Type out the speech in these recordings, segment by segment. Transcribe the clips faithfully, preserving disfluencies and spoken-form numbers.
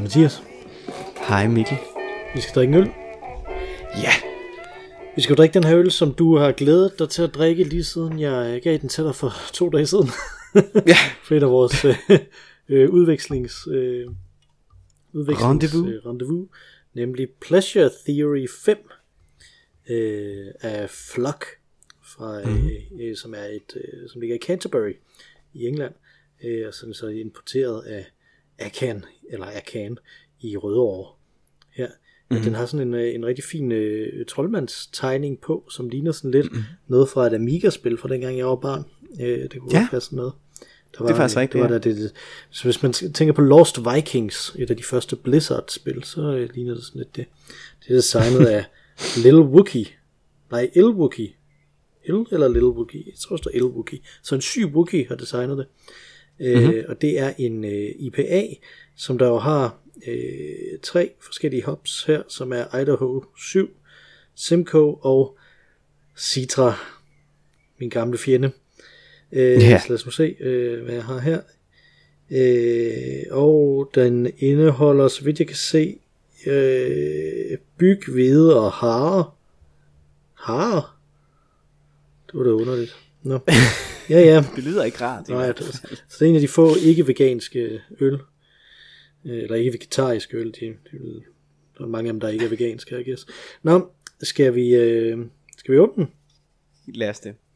Mathias. Hej Mikkel. Vi skal drikke en øl. Ja. Vi skal jo drikke den her øl, som du har glædet dig til at drikke lige siden jeg gav den til dig for to dage siden. Ja. For et af vores øh, udvekslings, øh, udvekslings rendezvous. Øh, rendezvous, nemlig Pleasure Theory fem øh, af Flock, fra, mm. øh, som er et, øh, som ligger i Canterbury i England, øh, og sådan så importeret af Akan, eller Akan i Rødovre her. Mm. Den har sådan en, en rigtig fin øh, troldmandstegning på, som ligner sådan lidt mm. noget fra et Amiga-spil fra dengang jeg var barn. Øh, det kunne ja. godt være sådan noget. Der var, det er faktisk rigtigt, der var ja. der, det, det. Så hvis man tænker på Lost Vikings, et af de første Blizzard-spil, så øh, ligner det sådan lidt det. Det er designet af Little Wookie. Nej, Il Wookie. Il eller Little Wookie? Jeg tror, det står Il Wookie. Så en syg Wookie har designet det. Mm-hmm. Øh, og det er en øh, I P A, som der jo har øh, tre forskellige hops her, som er Idaho syv, Simcoe og Citra, min gamle fjende. Øh, yeah. Så lad os nu se, øh, hvad jeg har her. Øh, og den indeholder, så vidt jeg kan se, øh, byg, hvede og hare. Hare? Det var da underligt. Nå. Ja, ja. Det lyder ikke rart. Nej, det, så det er en af de få ikke-veganske øl. Eller ikke vegetariske øl. De, de, der er mange af dem, der ikke er veganske, I guess. Nå, skal vi, øh, skal vi åbne den? Lad os det.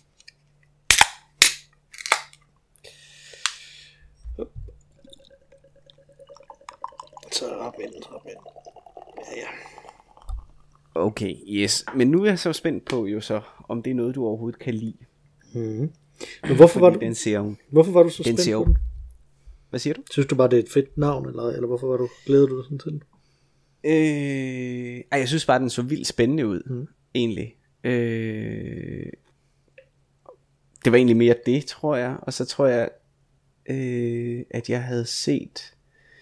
Så op med den, så op med den. Ja, ja. Okay, yes. Men nu er jeg så spændt på, jo så, om det er noget, du overhovedet kan lide. Mm-hmm. Men hvorfor var, du, den ser, hvorfor var du så den spændt ser, på den? Hvad siger du? Synes du bare, det er et fedt navn, eller, eller hvorfor var du, glæder du dig sådan til den? Øh, ej, jeg synes bare, den så vildt spændende ud, mm. egentlig. Øh, det var egentlig mere det, tror jeg. Og så tror jeg, øh, at jeg havde set...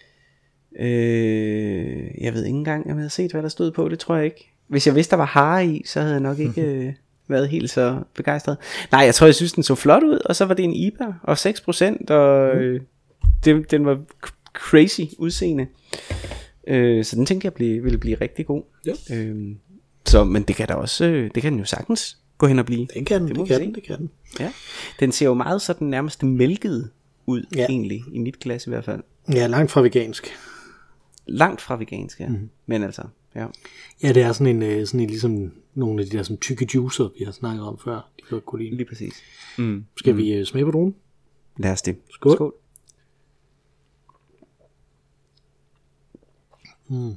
Øh, jeg ved ikke engang, om jeg havde set, hvad der stod på. Det tror jeg ikke. Hvis jeg vidste, der var hare i, så havde jeg nok ikke... Øh, været helt så begejstret. Nej, jeg tror, jeg synes, den så flot ud, og så var det en I P A, og seks procent, og mm. øh, det, den var crazy udseende. Øh, så den tænkte jeg blive, ville blive rigtig god. Ja. Øh, så, men det kan da også, øh, det kan den jo sagtens gå hen og blive. Den kan den, det, det kan den, det kan den. Ja. Den ser jo meget sådan nærmest mælket ud, ja. egentlig, i mit glas i hvert fald. Ja, langt fra vegansk. Langt fra vegansk, ja. Mm. Men altså, ja. Ja, det er sådan en, sådan en ligesom nogle af de der sådan tykke juicer, vi har snakket om før. De kan kunne lide. Lige præcis. Mm. Skal mm. vi uh, smage på dronen? Lad os det. Skål. Skål. Mm.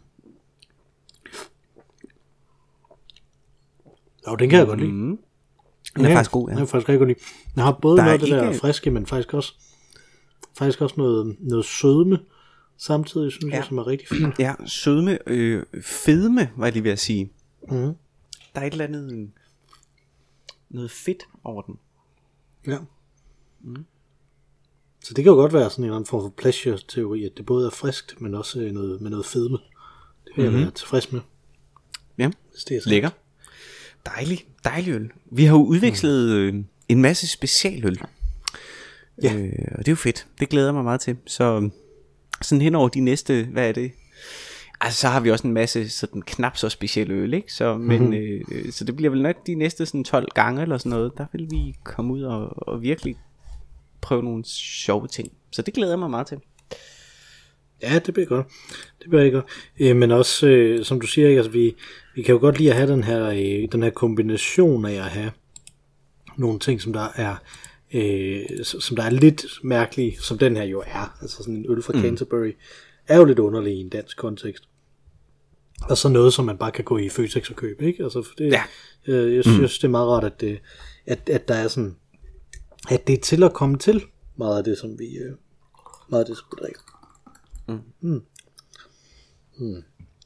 Jo, den kan jeg mm. godt lide. Den er ja, faktisk god, ja. Den er faktisk rigtig godt lide. Den har både der noget af det ikke... der friske, men faktisk også, faktisk også noget, noget sødme samtidig, synes ja. jeg, som er rigtig fint. Ja, sødme, øh, fedme, var jeg lige ved at sige. Mm. Der er et eller andet, noget fedt over den. Ja. Mm. Så det kan jo godt være sådan en eller anden form for pleasure-teori, at det både er friskt, men også noget, med noget fedme. Det vil mm-hmm. jeg være tilfreds med. Ja, det er lækker. Dejlig, dejlig øl. Vi har jo udvekslet mm. øh, en masse specialøl. Ja. Øh, og det er jo fedt. Det glæder jeg mig meget til. Så sådan hen over de næste, hvad er det? Altså så har vi også en masse sådan knap så specielle øl, ikke? Så, men, mm-hmm. øh, så det bliver vel nok de næste sådan tolv gange eller sådan noget. Der vil vi komme ud og, og virkelig prøve nogle sjove ting. Så det glæder jeg mig meget til. Ja, det bliver godt. Det bliver ikke godt. Øh, men også, øh, som du siger, ikke? Altså, vi, vi kan jo godt lide at have den her, øh, den her kombination af at have nogle ting, som der er øh, som der er lidt mærkelige, som den her jo er. Altså sådan en øl fra mm. Canterbury er jo lidt underlig i en dansk kontekst. Og så noget, som man bare kan gå i Føtex og købe, ikke? Altså, for det, ja. øh, jeg synes, mm. det er meget rart, at, det, at, at der er sådan, at det er til at komme til meget af det, som vi, øh, meget af det, som vi drikker. Mm. Mm. Mm.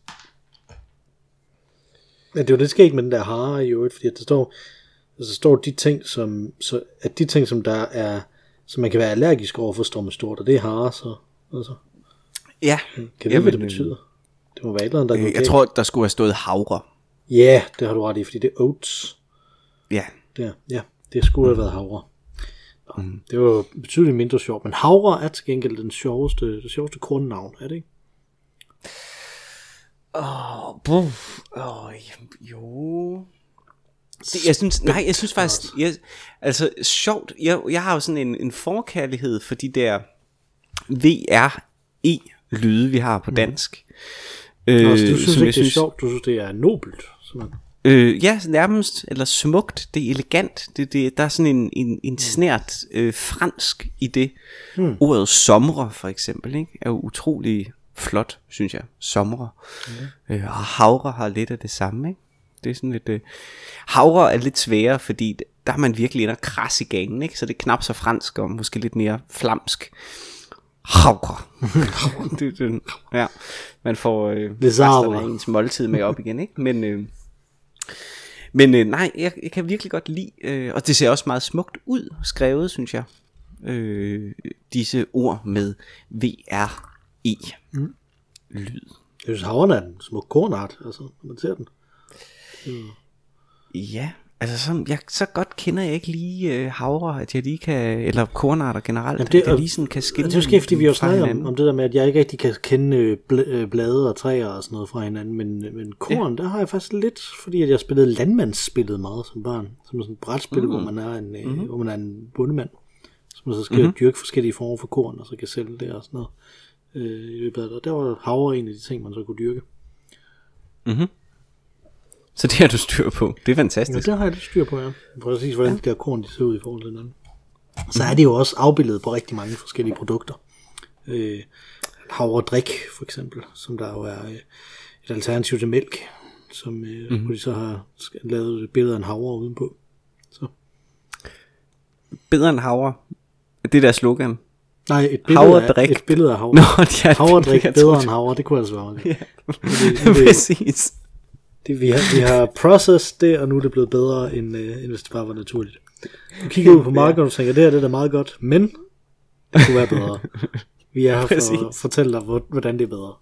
Ja, det er jo lidt skægt med den der hare i øvrigt, fordi at der står, altså, der står de ting, som, så, at de ting, som der er, som man kan være allergisk over for, står med stort, og det er hare, så, altså. Ja. Kan det vide, hvad det betyder? Det må være et eller andet, der øh, Jeg tror, der skulle have stået havre. Ja, yeah, det har du ret i, fordi det er oats. Ja. Der, ja, det skulle have været havre. Nå, mm. Det var betydeligt mindre sjovt, men havre er til gengæld den sjoveste, det sjoveste kornnavn, er det ikke? Åh, oh, oh, jo... Det, jeg synes, nej, jeg synes faktisk, jeg, altså sjovt, jeg, jeg har jo sådan en, en forkærlighed for de der V R E-lyde, vi har på dansk. Mm. Øh, Nå, så du synes ikke, det er synes, sjovt, du synes, det er nobelt? Øh, ja, nærmest, eller smukt, det er elegant, det, det, der er sådan en, en, en snært øh, fransk i det. Hmm. Ordet somre for eksempel, ikke, er jo utrolig flot, synes jeg, somre. Mm. Øh, og havre har lidt af det samme, ikke? Det er sådan lidt øh... havre er lidt sværere, fordi der er man virkelig inde og kras i ganen, ikke? Så det er knap så fransk og måske lidt mere flamsk. Havre. det, det, ja, man får øh, resterne af ens måltid med op igen, ikke? Men øh, men øh, nej, jeg, jeg kan virkelig godt lide, øh, og det ser også meget smukt ud skrevet, synes jeg. Øh, disse ord med V R E mm. lyd. Jeg synes havren er en smuk kornart, altså når man ser den. Mm. Ja, altså så, jeg, så godt kender jeg ikke lige øh, havre, at jeg lige kan, eller kornarter generelt, jamen det, at jeg lige sådan kan skille. Det er jo fordi vi jo snakker om, om det der med, at jeg ikke rigtig kan kende bl- blade og træer og sådan noget fra hinanden, men, men korn, ja. Der har jeg faktisk lidt, fordi at jeg spillede landmandsspillet meget som barn, som sådan et brætspil, mm. hvor man er en, mm-hmm. øh, hvor man er en bondemand, så man så skal mm-hmm. dyrke forskellige former for korn, og så kan sælge det og sådan noget. Øh, i løbet af det. Og der var havre en af de ting, man så kunne dyrke. Mhm. Så det har du styr på. Det er fantastisk. Ja, det har jeg lidt styr på, ja. Præcis, hvordan ja. De der korn, de ser ud i forhold til hinanden. Så er det jo også afbildet på rigtig mange forskellige produkter. Øh, havredrik, for eksempel, som der jo er øh, et alternativ til mælk, som øh, mm-hmm. hvor de så har lavet et billede af en havre udenpå. Så. Bedre end havre? Det er deres slogan. Nej, et billede, af, et billede af havre. Nå, ja, havredrik bedre end havre, det kunne altså være. Ja, det, præcis. Det, vi, har, vi har processed det, og nu er det blevet bedre, end, øh, end hvis det bare var naturligt. Du kigger ud på markedet, og du tænker, det her det er da meget godt, men det kunne være bedre. Vi er her for at fortælle dig, hvordan det er bedre.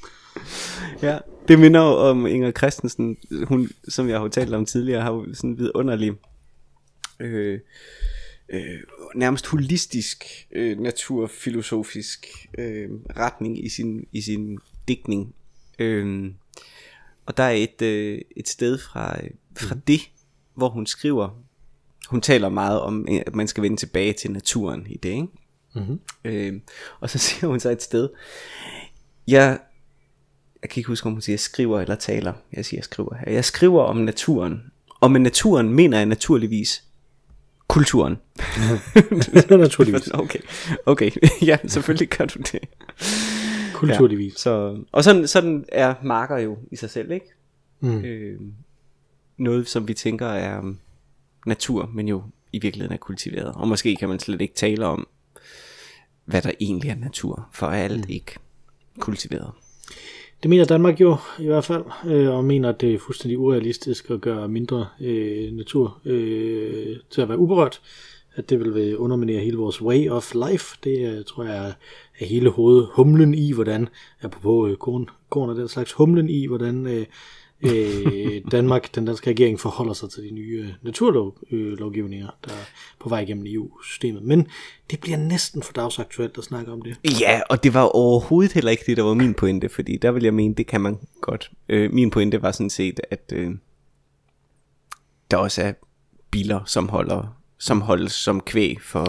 Ja, det minder jo om Inger Christensen, hun, som jeg har talt om tidligere, har jo sådan en vidunderlig, øh, øh, nærmest holistisk, øh, naturfilosofisk øh, retning i sin, i sin digtning. Øh, Og der er et, øh, et sted fra, fra mm. det, hvor hun skriver, hun taler meget om, at man skal vende tilbage til naturen i det, ikke? Mm-hmm. Øh, og så siger hun så et sted, jeg, jeg kan ikke huske, om hun siger skriver eller taler, jeg siger skriver her, jeg skriver om naturen, og med naturen mener jeg naturligvis kulturen. Naturligvis. Okay, okay, ja, selvfølgelig gør du det. Kulturligvis. Ja, så, og sådan, sådan er marker jo i sig selv, ikke? Mm. Øh, noget som vi tænker er um, natur, men jo i virkeligheden er kultiveret. Og måske kan man slet ikke tale om, hvad der egentlig er natur, for alt mm. ikke kultiveret. Det mener Danmark jo i hvert fald, øh, og mener, at det er fuldstændig urealistisk at gøre mindre øh, natur øh, til at være uberørt. At det vil underminere hele vores way of life. Det uh, tror jeg er hele hovedet humlen i, hvordan, apropos uh, korn, korn og den slags, humlen i, hvordan uh, uh, Danmark, den danske regering, forholder sig til de nye uh, naturlovgivninger, der er på vej igennem E U-systemet. Men det bliver næsten for dagsaktuelt at snakke om det. Ja, og det var overhovedet heller ikke det, der var min pointe, fordi der vil jeg mene, det kan man godt. Uh, min pointe var sådan set, at uh, der også er biler, som holder som holdes som kvæg for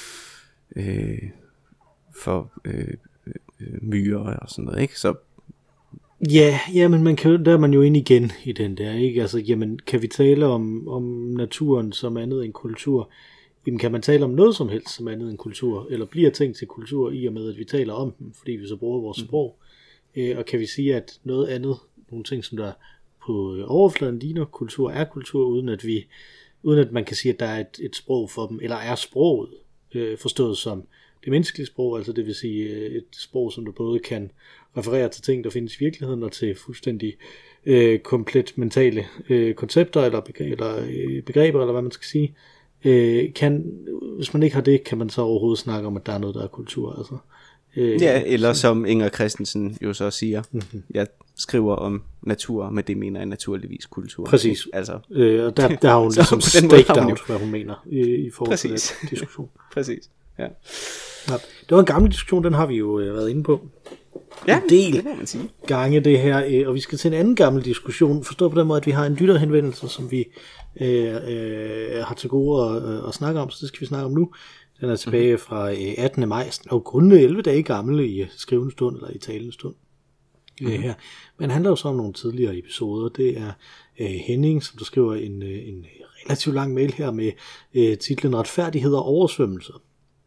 øh, for øh, øh, myrer og sådan noget, ikke? Så ja, ja, men man kan, der er man jo inde igen i den der, ikke? Altså, jamen, kan vi tale om, om naturen som andet end kultur? Jamen, kan man tale om noget som helst som andet end kultur? Eller bliver ting til kultur i og med, at vi taler om dem, fordi vi så bruger vores mm. sprog? Øh, og kan vi sige, at noget andet, nogle ting, som der på overfladen ligner kultur, er kultur, uden at vi uden at man kan sige, at der er et, et sprog for dem, eller er sproget øh, forstået som det menneskelige sprog, altså det vil sige øh, et sprog, som der både kan referere til ting, der findes i virkeligheden, og til fuldstændig øh, komplet mentale øh, koncepter, eller, begreber, eller øh, begreber, eller hvad man skal sige. Øh, kan, hvis man ikke har det, kan man så overhovedet snakke om, at der er noget, der er kultur. Altså. Øh, ja, eller så. Som Inger Christensen jo så siger, mm-hmm. jeg skriver om natur, men det mener jeg naturligvis kultur. Præcis. Altså. Øh, og der, der har hun ligesom staked out, hvad hun mener i, i forhold Præcis. til den diskussion. Præcis, ja. Ja. Det var en gammel diskussion, den har vi jo øh, været inde på. ja, en del det må man sige. gange det her, og vi skal til en anden gammel diskussion. Forstå på den måde, at vi har en lytterhenvendelse, som vi øh, øh, har til gode at, at snakke om, så det skal vi snakke om nu. Den er tilbage mm-hmm. fra øh, attende maj, og kun elleve dage gammel i skrivende stund, eller i talende stund. Mm-hmm. Øh, her. Men handler jo så om nogle tidligere episoder. Det er øh, Henning, som der skriver en, øh, en relativt lang mail her med øh, titlen Retfærdighed og oversvømmelser.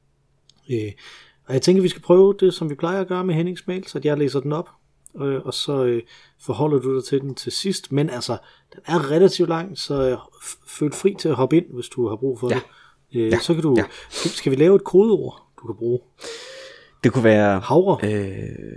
Øh, og jeg tænker, vi skal prøve det, som vi plejer at gøre med Hennings mail, så jeg læser den op, øh, og så øh, forholder du dig til den til sidst. Men altså, den er relativt lang, så øh, føl fri til at hoppe ind, hvis du har brug for ja. det. Øh, ja. Så kan du, ja. skal, skal vi lave et kodeord, du kan bruge? Det kunne være havre. Øh,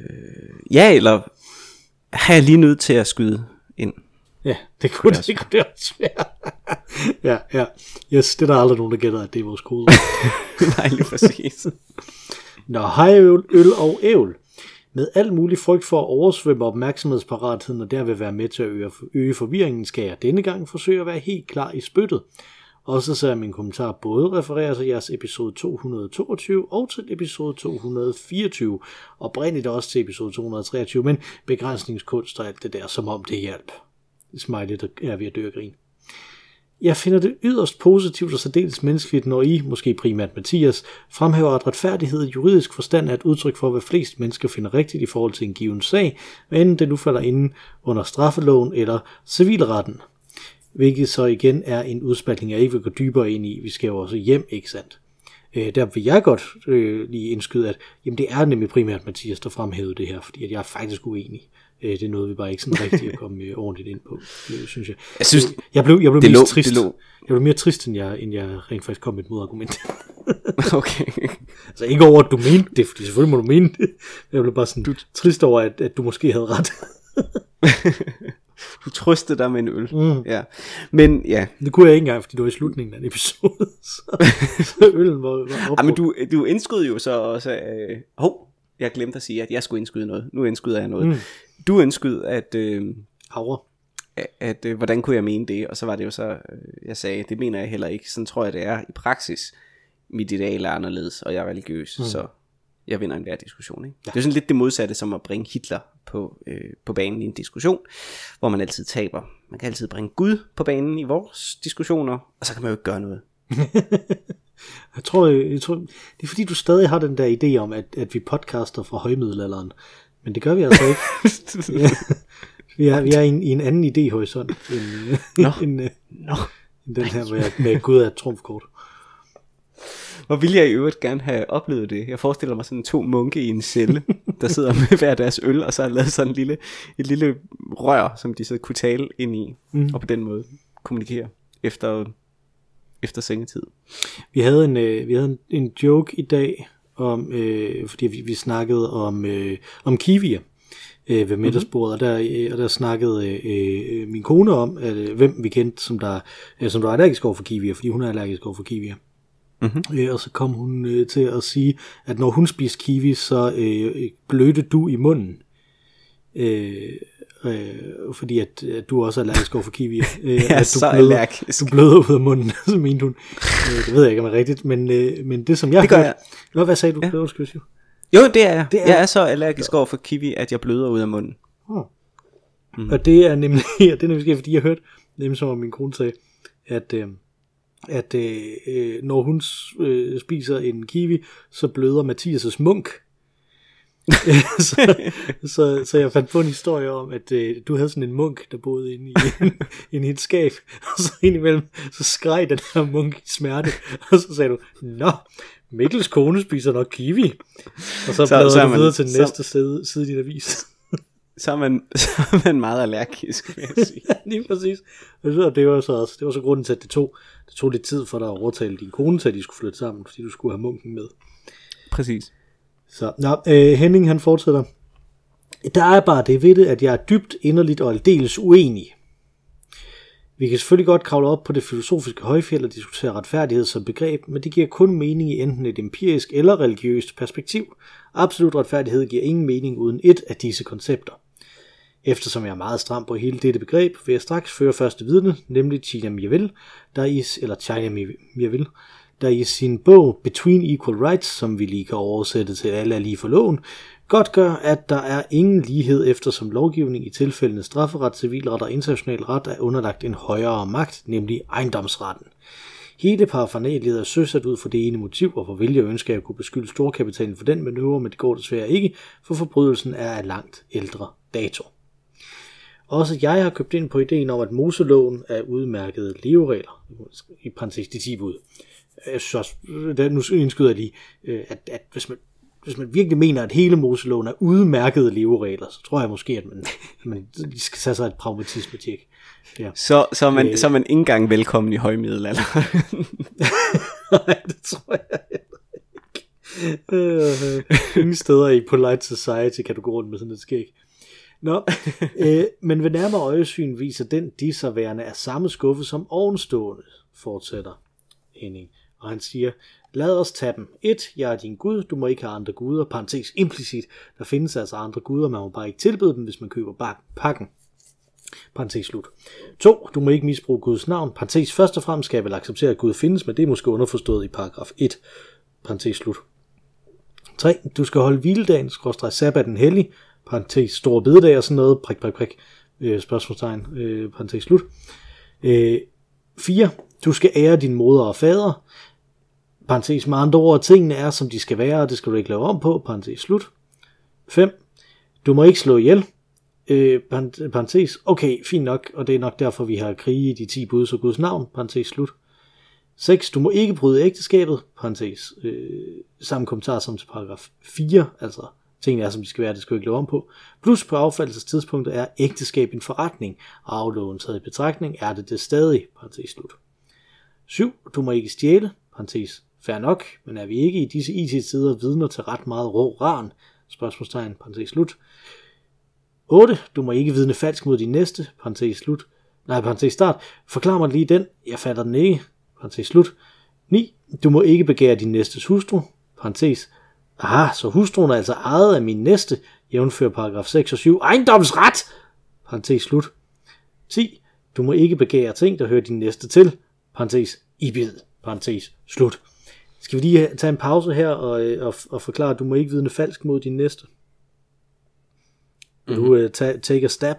ja, eller har jeg lige nødt til at skyde ind? Ja, det kunne det, det, kunne det også være. ja, ja. Yes, det er der aldrig nogen, der gætter, at det er vores kodeord. Nej, lige præcis. Nå, hej øl, øl og ævl. Med al mulig frygt for at oversvømme opmærksomhedsparatheden og derved være med til at øge, øge forvirringen, skal jeg denne gang forsøge at være helt klar i spyttet. Også så er min kommentar både refererer til jeres episode to hundrede toogtyve og til episode to hundrede fireogtyve, og oprindeligt også til episode to hundrede treogtyve, men begrænsningskunst og alt det der, som om det hjælp. Smiley, der er ved at dø og grin. Jeg finder det yderst positivt og særdeles menneskeligt, når I, måske primært Mathias, fremhæver, at retfærdighed i juridisk forstand er et udtryk for, hvad flest mennesker finder rigtigt i forhold til en given sag, hvad enten det nu falder inden under straffeloven eller civilretten. Hvilket så igen er en udspaltning, jeg ikke vil gå dybere ind i. Vi skal jo også hjem, ikke sandt? Øh, der vil jeg godt øh, lige indskyde, at jamen, det er nemlig primært Mathias, der fremhævede det her, fordi at jeg er faktisk uenig. Øh, det er noget, vi bare ikke sådan rigtig at komme øh, ordentligt ind på, øh, synes jeg. Jeg synes, jeg blev, jeg blev det mest lå, trist. Det lå. Jeg blev mere trist, end jeg, end jeg rent faktisk kom med et modargument. Okay. Altså ikke over, at du mente det, fordi selvfølgelig må du mene det. Jeg blev bare sådan du... trist over, at, at du måske havde ret. Du trøstede dig med en øl. Mm. Ja. Men ja. Det kunne jeg ikke engang, fordi det var i slutningen af en episode. Så, så øllen var, var op. Ja, men du, du indskød jo så også... Øh, hov, jeg glemte at sige, at jeg skulle indskyde noget. Nu indskyder jeg noget. Mm. Du indskød, at... Øh, havre. At, at øh, hvordan kunne jeg mene det? Og så var det jo så, øh, jeg sagde, det mener jeg heller ikke. Sådan tror jeg, det er i praksis. Mit ideal er anderledes, og jeg er religiøs, mm. så jeg vinder enhver diskussion. Ikke? Ja. Det er sådan lidt det modsatte, som at bringe Hitler på, øh, på banen i en diskussion, hvor man altid taber. Man kan altid bringe Gud på banen i vores diskussioner, og så kan man jo ikke gøre noget. jeg, tror, jeg, jeg tror, det er fordi, du stadig har den der idé om, at, at vi podcaster fra højmiddelalderen. Men det gør vi altså ikke. ja. Vi er, vi er i, en, i en anden idéhorisont end, no. end, no. end den her, med, med Gud er et trumfkort. Hvor ville jeg i øvrigt gerne have oplevet det. Jeg forestiller mig sådan to munke i en celle, der sidder med hver deres øl, og så har lavet sådan en lille, et lille rør, som de så kunne tale ind i, mm. og på den måde kommunikere efter, efter sengetid. Vi havde en, øh, vi havde en, en joke i dag, om, øh, fordi vi, vi snakkede om, øh, om kiwier øh, ved middagsbordet, mm-hmm. og, der, øh, og der snakkede øh, min kone om, at, øh, hvem vi kendte, som der, øh, som der er allergisk over for kiwier, fordi hun er allergisk over for kiwier. Mm-hmm. Øh, og så kom hun øh, til at sige, at når hun spiser kiwi, så øh, blødte du i munden. Øh, øh, fordi at, at du også er allergisk over for kiwi. Øh, ja, at du så bløder, allergisk. Du bløder ud af munden, så mente hun. Øh, det ved jeg ikke, om det er rigtigt, men, øh, men det som jeg det gør hørte... jeg. Nå, hvad sagde du? Ja. Det var, skal vi sige. Jo, det er jeg. Det er... Jeg er så allergisk over for kiwi, at jeg bløder ud af munden. Hmm. Mm. Og det er nemlig, det er nemlig fordi jeg hørte, nemlig som min kone sagde, at... Øh, at øh, når hun øh, spiser en kiwi, så bløder Mathias' munk. så, så, så jeg fandt på en historie om, at øh, du havde sådan en munk, der boede inde i, inde i et skab, og så indimellem, så skreg den her munk i smerte, og så sagde du, nå, Mikkels kone spiser nok kiwi, og så bladrede du videre til den næste så... side, side i din avis. Så er, man, så er man meget allergisk, vil jeg sige. Ja, lige præcis. Og det var så også, det var så grunden til, at det tog, det tog lidt tid for dig at overtale din kone til, at de skulle flytte sammen, fordi du skulle have munken med. Præcis. Så, nå, øh, Henning han fortsætter. Der er bare det ved det, at jeg er dybt, inderligt og aldeles uenig. Vi kan selvfølgelig godt kravle op på det filosofiske højfjeld og diskutere retfærdighed som begreb, men det giver kun mening i enten et empirisk eller religiøst perspektiv. Absolut retfærdighed giver ingen mening uden et af disse koncepter. Eftersom jeg er meget stram på hele dette begreb, vil jeg straks føre første vidne, nemlig China Miéville, der i, eller China Miéville, der i sin bog Between Equal Rights, som vi lige kan oversætte til alle er lige for loven, Godt gør, at der er ingen lighed eftersom lovgivning i tilfældende strafferet, civilret og international ret er underlagt en højere magt, nemlig ejendomsretten. Hele parafernaliet er søsat ud for det ene motiv, og for hvilje ønsker at kunne beskylde storkapitalen for den manøvre, men det går desværre ikke, for forbrydelsen er af langt ældre dato. Også jeg har købt ind på ideen om, at Moseloven er udmærkede leveregler, i parentes de ti bud. Jeg synes også, nu indskyder jeg lige, at, at hvis, man, hvis man virkelig mener, at hele Moseloven er udmærkede leveregler, så tror jeg måske, at man, man skal tage sig et pragmatisme-tjek. Ja. Så, så, er man, øh, så er man ikke engang velkommen i højmiddelalder. Nej, det tror jeg ikke. Øh, ingen steder i Polite Society kan du gå rundt med sådan et skæg. Nå, øh, men ved nærmere øjesyn viser den disserværende af samme skuffe som ovenstående, fortsætter Henning. Og han siger, lad os tage dem. et. Jeg er din Gud, du må ikke have andre guder, parentes implicit. Der findes altså andre guder, man må bare ikke tilbede dem, hvis man køber pakken. Parentes slut. to. Du må ikke misbruge Guds navn. Parentes først og fremmest skal jeg vel acceptere, at Gud findes, men det er måske underforstået i paragraf et. Parentes slut. tre. Du skal holde hviledagen, skråstreg sabbaten hellig. Parentes store bededag og sådan noget. Prik, prik, prik. Øh, spørgsmålstegn. Øh, parentes slut. Øh, fire. Du skal ære din moder og fader. Parentes med andre ord, tingene er som de skal være, og det skal du ikke lave om på. Parentes slut. fem. Du må ikke slå ihjel. Øh, parentes, okay, fint nok, og det er nok derfor, vi har krige i de ti bud, så Guds navn, parentes slut. seks. Du må ikke bryde ægteskabet, parentes, øh, samme kommentar som til paragraf fire, altså tingene er, som de skal være, det skal vi ikke lave om på. Plus på affaldelsestidspunktet er ægteskab en forretning, og afloven taget i betragtning er det det stadig, parentes slut. syv. Du må ikke stjæle, parentes, fair nok, men er vi ikke i disse I T-tider vidner til ret meget rå ran, spørgsmålstegn, parentes slut. otte. Du må ikke vidne falsk mod din næste, parentes slut. Nej, parentes start. Forklar mig lige den, jeg fatter den ikke, parentes slut. ni. Du må ikke begære din næstes hustru, parentes. Aha, så hustruen er altså ejet af min næste, jævnfør paragraf seks og syv. Ejendomsret, parentes slut. ti. Du må ikke begære ting, der hører din næste til, parentes i bid, parentes slut. Skal vi lige tage en pause her og, og, og forklare, at du må ikke vidne falsk mod din næste? Vil du uh, ta- take a stab?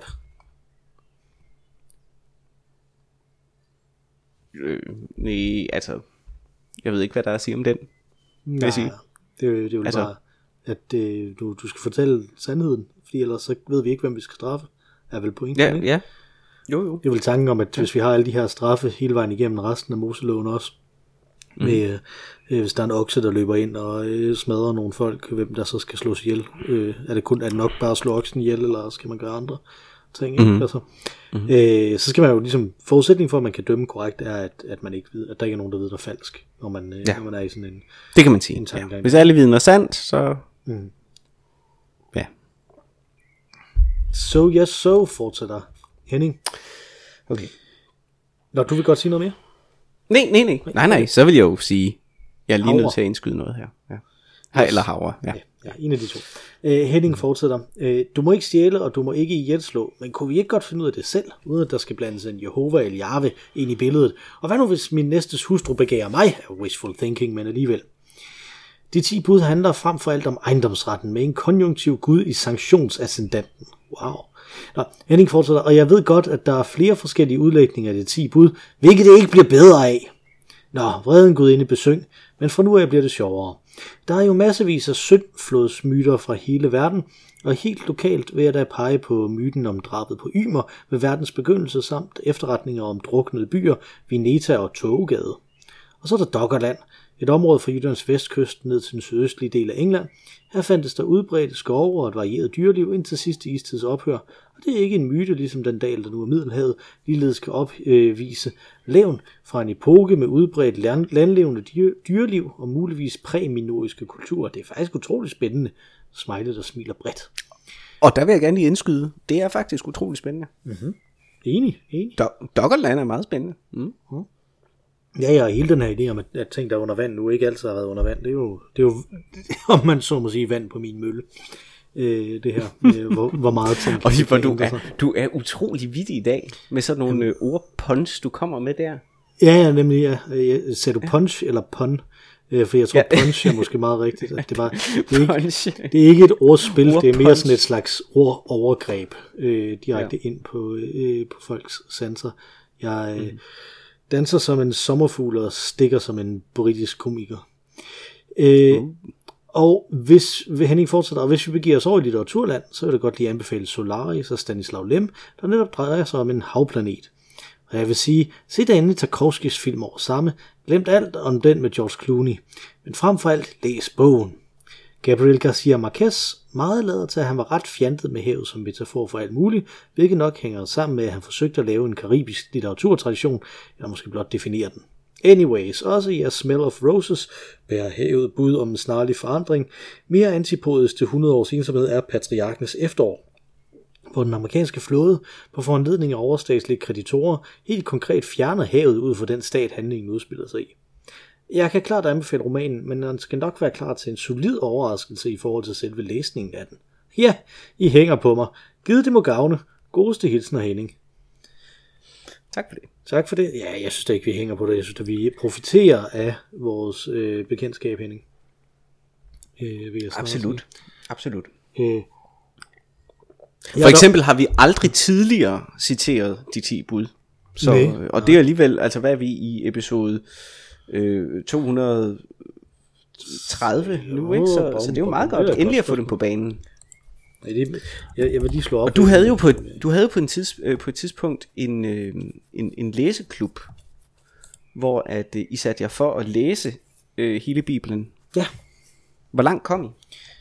Øh, nej, altså, jeg ved ikke, hvad der er at sige om den. Nej, det, det er jo altså, bare, at uh, du, du skal fortælle sandheden, fordi ellers så ved vi ikke, hvem vi skal straffe. Er vel pointen, ja, ikke? Ja, jo jo. Det er vel tanken om, at hvis vi har alle de her straffe hele vejen igennem resten af Moseloven også, mm. med, øh, hvis der er en okse, der løber ind og øh, smadrer nogle folk, hvem der så skal slås ihjel. Øh, er det kun er det nok bare at slå oksen ihjel, eller skal man gøre andre ting? Mm. Altså, mm. øh, så skal man jo ligesom, forudsætning for, at man kan dømme korrekt, er, at, at, man ikke ved, at der ikke er nogen, der ved, der er falsk, når man, øh, ja. når man er i sådan en... Det kan man sige. Ja. Hvis alle vidner er sandt, så... Mm. Ja. So yes, so, fortsætter Henning. Okay. Nå, du vil godt sige noget mere? Nej, nej, nej. Nej, nej. Så vil jeg jo sige, jeg er lige Havre. nødt til at indskyde noget her. Ja. Yes. Eller Havre, ja. ja. Ja, en af de to. Uh, Henning mm. fortsætter. Uh, du må ikke stjæle, og du må ikke ihjelslå, men kunne vi ikke godt finde ud af det selv, uden at der skal blandes en Jehova eller Jahve ind i billedet? Og hvad nu, hvis min næstes hustru begærer mig? Wishful thinking, men alligevel. De ti bud handler frem for alt om ejendomsretten, med en konjunktiv gud i sanktionsascendanten. Wow. Nå, Henning fortsætter, og jeg ved godt, at der er flere forskellige udlægninger af de ti bud, hvilket det ikke bliver bedre af. Nå, vreden gudinde besyng, men fra nu af bliver det sjovere. Der er jo massevis af syndflodsmyter fra hele verden, og helt lokalt vil jeg da pege på myten om drabet på Ymer ved verdens begyndelse, samt efterretninger om druknede byer, Vineta og Tågegade. Og så er der Doggerland, et område fra Jyllands vestkyst ned til den sydøstlige del af England. Her fandtes der udbredte skove og et varieret dyreliv indtil sidste istids ophør, og det er ikke en myte, ligesom den dal, der nu er Middelhavet, ligeledes kan opvise levn fra en epoke med udbredt landlevende dyr, dyreliv og muligvis præminoiske kulturer. Det er faktisk utroligt spændende. Smiley, der smiler bredt. Og der vil jeg gerne lige indskyde, det er faktisk utroligt spændende. Mm-hmm. Enig, enig. Do- Doggerland er meget spændende. Mm. Mm. Ja, ja, hele den her idé om, at ting, der er under vand, nu ikke altid har været under vand, det er jo, det er jo om man så må sige, vand på min mølle. Øh, det her, øh, hvor, hvor meget ting... Og hvor du er, du er utrolig vittig i dag, med sådan nogle øh, ordpunch, du kommer med der. Ja, ja, nemlig, ja. Sagde du punch ja. eller pun? Øh, for jeg tror, ja. punch er måske meget rigtigt. At det, var, det, er ikke, det er ikke et ordspil, det er mere sådan et slags ordovergreb øh, direkte ja. ind på, øh, på folks sanser. Jeg øh, mm. danser som en sommerfugl og stikker som en britisk komiker. Øh, mm. Og hvis Henning fortsætter, og hvis vi begiver os over i litteraturland, så vil jeg godt lige anbefale Solaris og Stanislav Lem, der netop drejer sig om en havplanet. Og jeg vil sige, se da endelig Tarkovskis film over samme, glemt alt om den med George Clooney, men frem for alt læs bogen. Gabriel Garcia Marquez meget lader til, at han var ret fjantet med havet som metafor for alt muligt, hvilket nok hænger sammen med, at han forsøgte at lave en karibisk litteraturtradition, eller måske blot definere den. Anyways, også i A Smell of Roses bærer havet bud om en snarlig forandring. Mere antipodisk til hundrede års ensomhed er Patriarkens efterår, hvor den amerikanske flåde på foranledning af overstatslige kreditorer helt konkret fjerner havet ud for den stat, handlingen udspiller sig i. Jeg kan klart anbefale romanen, men den skal nok være klar til en solid overraskelse i forhold til selve læsningen af den. Ja, I hænger på mig. Gid det må gavne. Godeste hilsen af Henning. Tak for det. Tak for det. Ja, jeg synes da ikke, vi hænger på det. Jeg synes at vi profiterer af vores øh, bekendtskab, Henning. Øh, vil jeg Absolut. Sige. Absolut. Øh, For eksempel har vi aldrig tidligere citeret de ti bud. Så, Nej, og det er alligevel, altså hvad er vi i episode øh, to hundrede tredive nu, ikke? Så, så det er jo meget godt endelig at få dem på banen. Nej, det, jeg, jeg vil lige slå op. Og du havde jo på et, du havde på, en tids, øh, på et tidspunkt en, øh, en, en læseklub, hvor at, øh, I satte jer for at læse øh, hele Bibelen. Ja. Hvor langt kom I?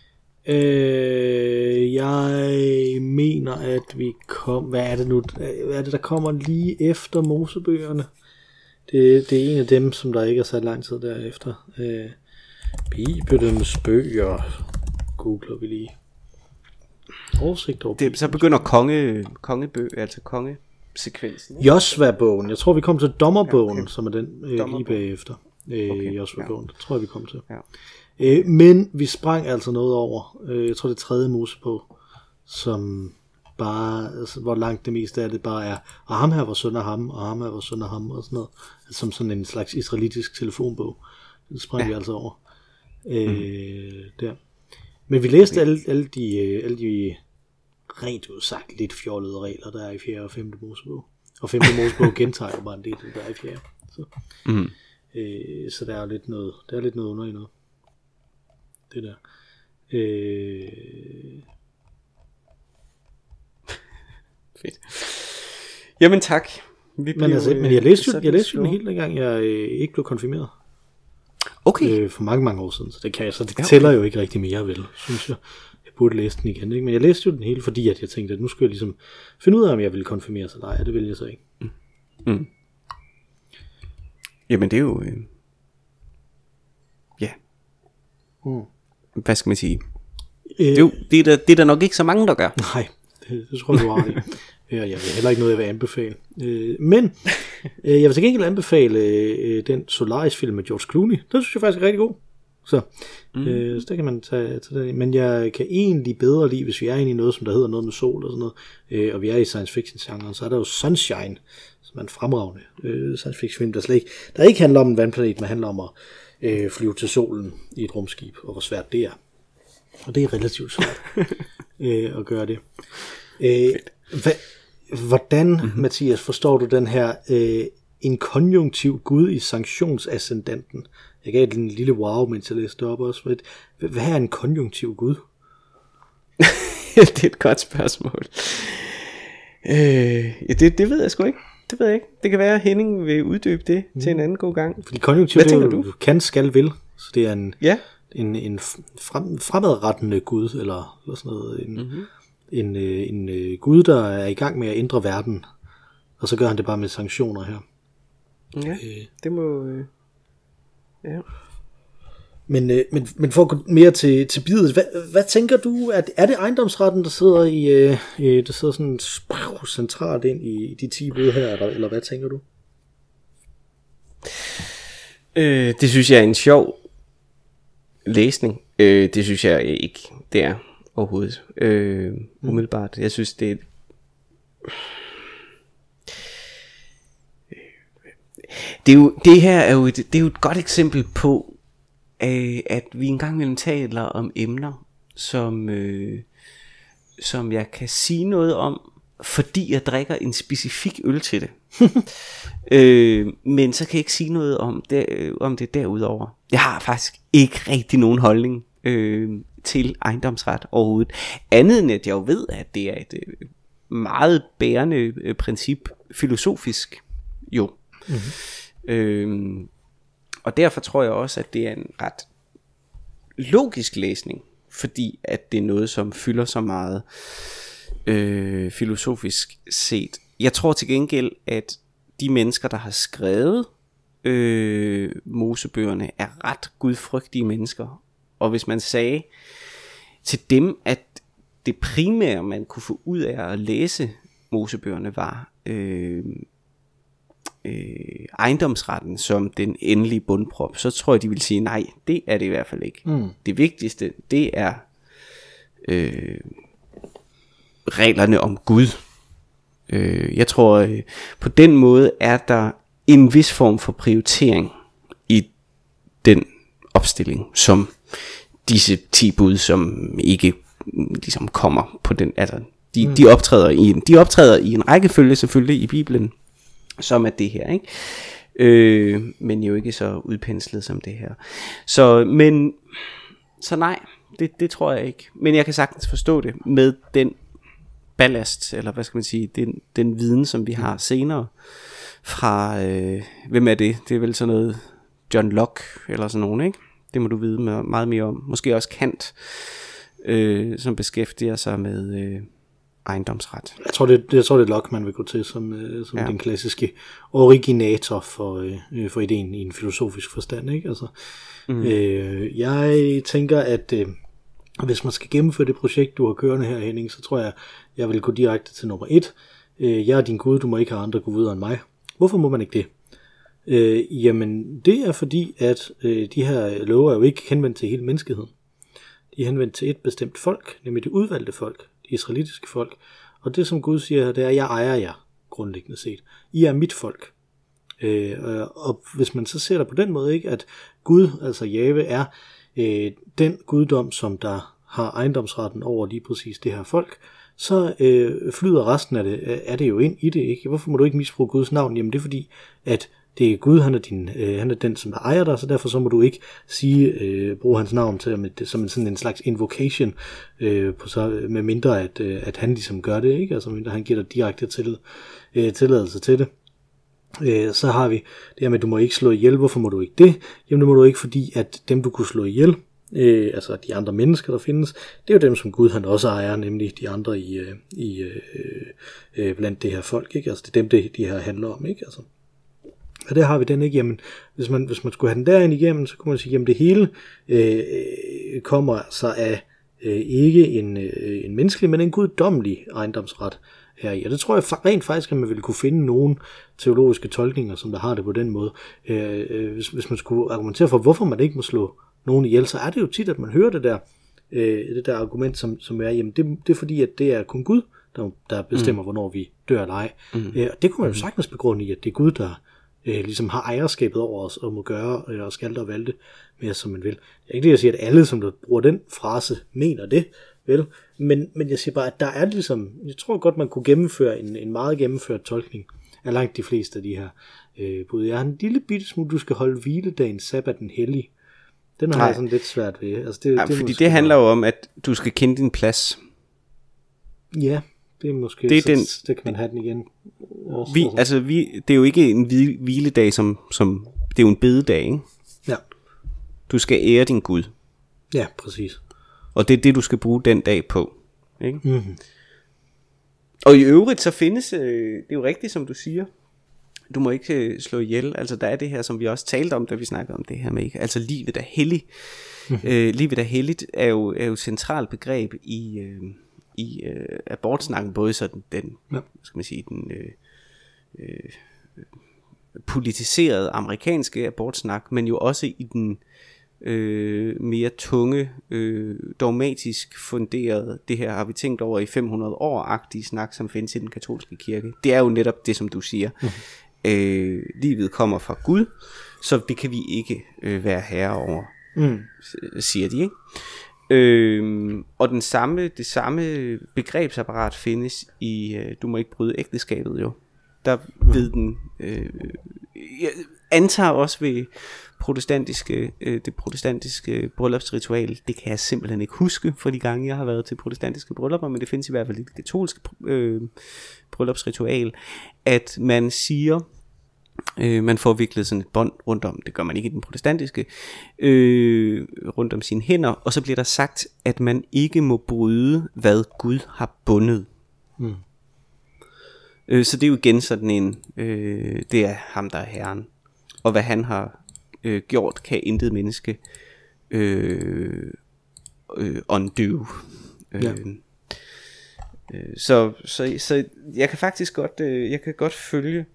Øh, jeg mener, at vi kom... Hvad er det nu? Hvad er det, der kommer lige efter Mosebøgerne? Det, det er en af dem, som der ikke er sat lang tid derefter. Øh, Bibelens bøger googler vi lige. Oversigt over det, så begynder konge, kongebøg, altså kongesekvensen. Josva-bogen. Jeg tror, vi kom til dommerbogen, ja, okay. Som er den øh, Dommerbogen. lige bagefter. Øh, okay, Josva-bogen. Ja. Det tror jeg, vi kom til. Ja. Øh, men vi sprang altså noget over. Øh, jeg tror, det er tredje Mosebog, som bare, altså, hvor langt det meste af det bare er, og ham her var søn af ham, og ham her var søn af ham, og sådan noget. Altså, som sådan en slags israelitisk telefonbog. Det sprang ja. vi altså over. Øh, mm. Der. Men vi læste alle, alle, de, alle de rent udsagt lidt fjollede regler, der er i fjerde og femte Mosebog. Og femte Mosebog gentager jo bare en del, der er i fjerde. Så, mm. øh, så der er lidt noget, der er lidt noget under i noget. Det der. Øh... Fedt. Jamen tak. Vi men, altså, men jeg læste jo, jeg læste jo den helt dengang, jeg øh, ikke blev konfirmeret. Okay. Øh, for mange, mange år siden, så det kan jeg, så det ja, okay. tæller jo ikke rigtig mere, vel, synes jeg. Jeg burde læse den igen, ikke? Men jeg læste jo den hele, fordi at jeg tænkte, at nu skulle jeg ligesom finde ud af, om jeg ville konfirmere sig. Nej, det ville jeg så ikke. Mm. Mm. Jamen det er jo... Øh... Ja. Mm. Hvad skal man sige? Øh... Det, er jo, det, er der, det er der nok ikke så mange, der gør. Nej, det, det tror jeg, du har det. Jeg vil heller ikke noget, jeg vil anbefale. Øh, men øh, jeg vil til gengæld anbefale øh, den Solaris-film med George Clooney. Den synes jeg faktisk er rigtig god. Så, mm. øh, så der kan man tage, tage den. Men jeg kan egentlig bedre lide, hvis vi er inde i noget, som der hedder noget med sol og sådan noget, øh, og vi er i science fiction-genren, så er der jo Sunshine, som er en fremragende øh, science fiction-film, der slet ikke, der ikke handler om en vandplanet, men handler om at øh, flyve til solen i et rumskib, og hvor svært det er. Og det er relativt svært øh, at gøre det. Øh, hvad, hvordan, mm-hmm. Mathias, forstår du den her øh, en konjunktiv gud i sanktionsascendanten? Jeg gav det en lille wow, mens jeg læste op også. Hvad, hvad er en konjunktiv gud? Det er et godt spørgsmål. Øh, ja, det, det ved jeg sgu ikke. Det ved jeg ikke. Det kan være, at Henning vil uddybe det mm. til en anden god gang. Fordi konjunktiv, hvad tænker du? Kan, skal, vil. Så det er en, ja. en, en frem, fremadrettende gud, eller, eller sådan noget. En, mm-hmm. en, en, en gud, der er i gang med at ændre verden. Og så gør han det bare med sanktioner her. Ja, øh. det må... Øh... Ja. Men, øh, men, men for at gå mere til, til bidet, hvad, hvad tænker du, er det, er det ejendomsretten, der sidder i, øh, der sidder sådan sprav, centralt ind i de ti bud her, eller, eller hvad tænker du? Øh, det synes jeg er en sjov læsning. Øh, det synes jeg ikke, det er overhovedet. Øh, umiddelbart. Jeg synes, det er... Det, er jo, det her er jo et, det er jo et godt eksempel på øh, at vi engang imellem taler om emner, som, øh, som jeg kan sige noget om, fordi jeg drikker en specifik øl til det. øh, men så kan jeg ikke sige noget om det, om det derudover. Jeg har faktisk ikke rigtig nogen holdning øh, til ejendomsret overhovedet. Andet end at jeg jo ved, at det er et øh, meget bærende øh, princip filosofisk jo. Mm-hmm. Øh, og derfor tror jeg også, at det er en ret logisk læsning, fordi at det er noget, som fylder så meget øh, filosofisk set. Jeg tror til gengæld, at de mennesker, der har skrevet øh, Mosebøgerne, er ret gudfrygtige mennesker. Og hvis man sagde til dem, at det primære, man kunne få ud af at læse Mosebøgerne, var øh, øh, ejendomsretten som den endelige bundprop, så tror jeg, de vil sige, nej, det er det i hvert fald ikke. Mm. Det vigtigste, det er øh, reglerne om Gud. Øh, jeg tror, øh, på den måde er der en vis form for prioritering i den opstilling, som disse ti bud, som ikke ligesom kommer på den, altså de, mm. de optræder i en, de optræder i en rækkefølge selvfølgelig i Bibelen, som er det her, ikke? Øh, men jo ikke så udpenslet som det her. Så, men, så nej, det, det tror jeg ikke. Men jeg kan sagtens forstå det med den ballast, eller hvad skal man sige, den, den viden, som vi har senere fra, øh, hvem er det? Det er vel sådan noget John Locke, eller sådan nogen, ikke? Det må du vide meget mere om. Måske også Kant, øh, som beskæftiger sig med øh, ejendomsret. Jeg tror, det, jeg tror, det er Locke, man vil gå til som, øh, som ja. den klassiske originator for, øh, for ideen i en filosofisk forstand, ikke? Altså, mm. øh, jeg tænker, at øh, hvis man skal gennemføre det projekt, du har kørende her, Henning, så tror jeg, jeg vil gå direkte til nummer et. Øh, jeg er din Gud, du må ikke have andre guder end mig. Hvorfor må man ikke det? Øh, jamen, det er fordi, at øh, de her love er jo ikke henvendt til hele menneskeheden. De er henvendt til et bestemt folk, nemlig det udvalgte folk, det israelitiske folk. Og det, som Gud siger her, det er, at jeg ejer jer, grundlæggende set. I er mit folk. Øh, og hvis man så ser det på den måde, ikke, at Gud, altså Jahve, er øh, den guddom, som der har ejendomsretten over lige præcis det her folk, så øh, flyder resten af det, er det jo ind i det, ikke? Hvorfor må du ikke misbruge Guds navn? Jamen det er fordi, at det er Gud, han er, din, øh, han er den, som der ejer dig, så derfor så må du ikke sige, øh, bruge hans navn til med, som en, sådan en slags invocation, øh, på så, med mindre at, øh, at han ligesom gør det, ikke? Altså mindre han giver dig direkte til, øh, tilladelse til det. Øh, så har vi det her med, at du må ikke slå ihjel. Hvorfor må du ikke det? Jamen det må du ikke, fordi at dem du kunne slå ihjel, øh, altså de andre mennesker der findes, det er jo dem som Gud han også ejer, nemlig de andre i, øh, i øh, øh, blandt det her folk, ikke? Altså det er dem det, de her handler om, ikke? Altså og der har vi den, ikke? Jamen, hvis man, hvis man skulle have den derind igennem, så kunne man sige, jamen det hele øh, kommer så af øh, ikke en, øh, en menneskelig, men en guddommelig ejendomsret heri. Og det tror jeg rent faktisk, at man ville kunne finde nogle teologiske tolkninger, som der har det på den måde. Øh, øh, hvis, hvis man skulle argumentere for, hvorfor man ikke må slå nogen ihjel, så er det jo tit, at man hører det der, øh, det der argument, som, som er, jamen det, det er fordi, at det er kun Gud, der, der bestemmer, mm. hvornår vi dør eller ej. Mm. Øh, og det kunne man jo sagtens begrunde i, at det er Gud, der Øh, ligesom har ejerskabet over os og må gøre øh, og skal der valte mere som man vil. Jeg er ikke det at sige, at alle som der bruger den frase mener det, vel, men, men jeg siger bare, at der er ligesom, jeg tror godt man kunne gennemføre en, en meget gennemført tolkning af langt de fleste af de her øh, bud. Jeg har en lille bitte smule, du skal holde hviledagen sabbaten hellig. Den har Nej. jeg sådan lidt svært ved. Altså det, ja, det fordi det handler jo om, at du skal kende din plads. Ja, det er måske, det er så, den, det kan man have den igen. Også, vi, altså vi, det er jo ikke en hviledag, som, som, det er jo en bededag, ikke? Ja. Du skal ære din Gud. Ja, præcis. Og det er det, du skal bruge den dag på, ikke? Mm-hmm. Og i øvrigt, så findes, øh, det er jo rigtigt, som du siger, du må ikke øh, slå ihjel. Altså der er det her, som vi også talte om, da vi snakkede om det her med, ikke? Altså livet er helligt. Mm-hmm. Øh, livet er helligt er jo, er jo et centralt begreb i... Øh, i øh, abortsnakken, både sådan den, ja. skal man sige, den øh, øh, politiserede amerikanske abortsnak, men jo også i den øh, mere tunge, øh, dogmatisk funderede, det her har vi tænkt over i fem hundrede år-agtige snak, som findes i den katolske kirke. Det er jo netop det, som du siger. Mm. Øh, livet kommer fra Gud, så det kan vi ikke øh, være herre over. mm. siger de, ikke? Øh, og den samme, det samme begrebsapparat findes i øh, du må ikke bryde ægteskabet jo. Der ved den, øh, jeg antager også ved protestantiske, øh, det protestantiske bryllupsritual, det kan jeg simpelthen ikke huske for de gange jeg har været til protestantiske bryllupper, men det findes i hvert fald i det katolske øh, bryllupsritual, at man siger, øh, man får viklet sådan et bånd rundt om, det gør man ikke i den protestantiske, øh, rundt om sine hænder, og så bliver der sagt, at man ikke må bryde, hvad Gud har bundet. Mm. Øh, så det er jo igen sådan en, øh, det er ham der er herren, og hvad han har øh, gjort, kan intet menneske øh, øh, undo. Ja. Øh, øh, så, så, så jeg kan faktisk godt, øh, jeg kan godt følge,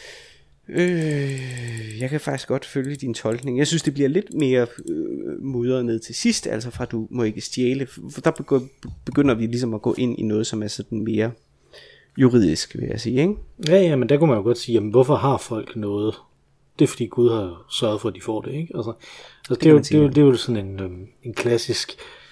øh, jeg kan faktisk godt følge din tolkning. Jeg synes det bliver lidt mere øh, mudret ned til sidst, altså fra du må ikke stjæle, for der begynder vi ligesom at gå ind i noget, som er sådan mere juridisk, vil jeg sige, ikke? Ja, ja, men der kunne man jo godt sige, jamen hvorfor har folk noget? Det er fordi Gud har sørget for, at de får det, ikke? Altså, altså det, det, er jo, sige, det, er jo, det er jo sådan en, øhm, en klassisk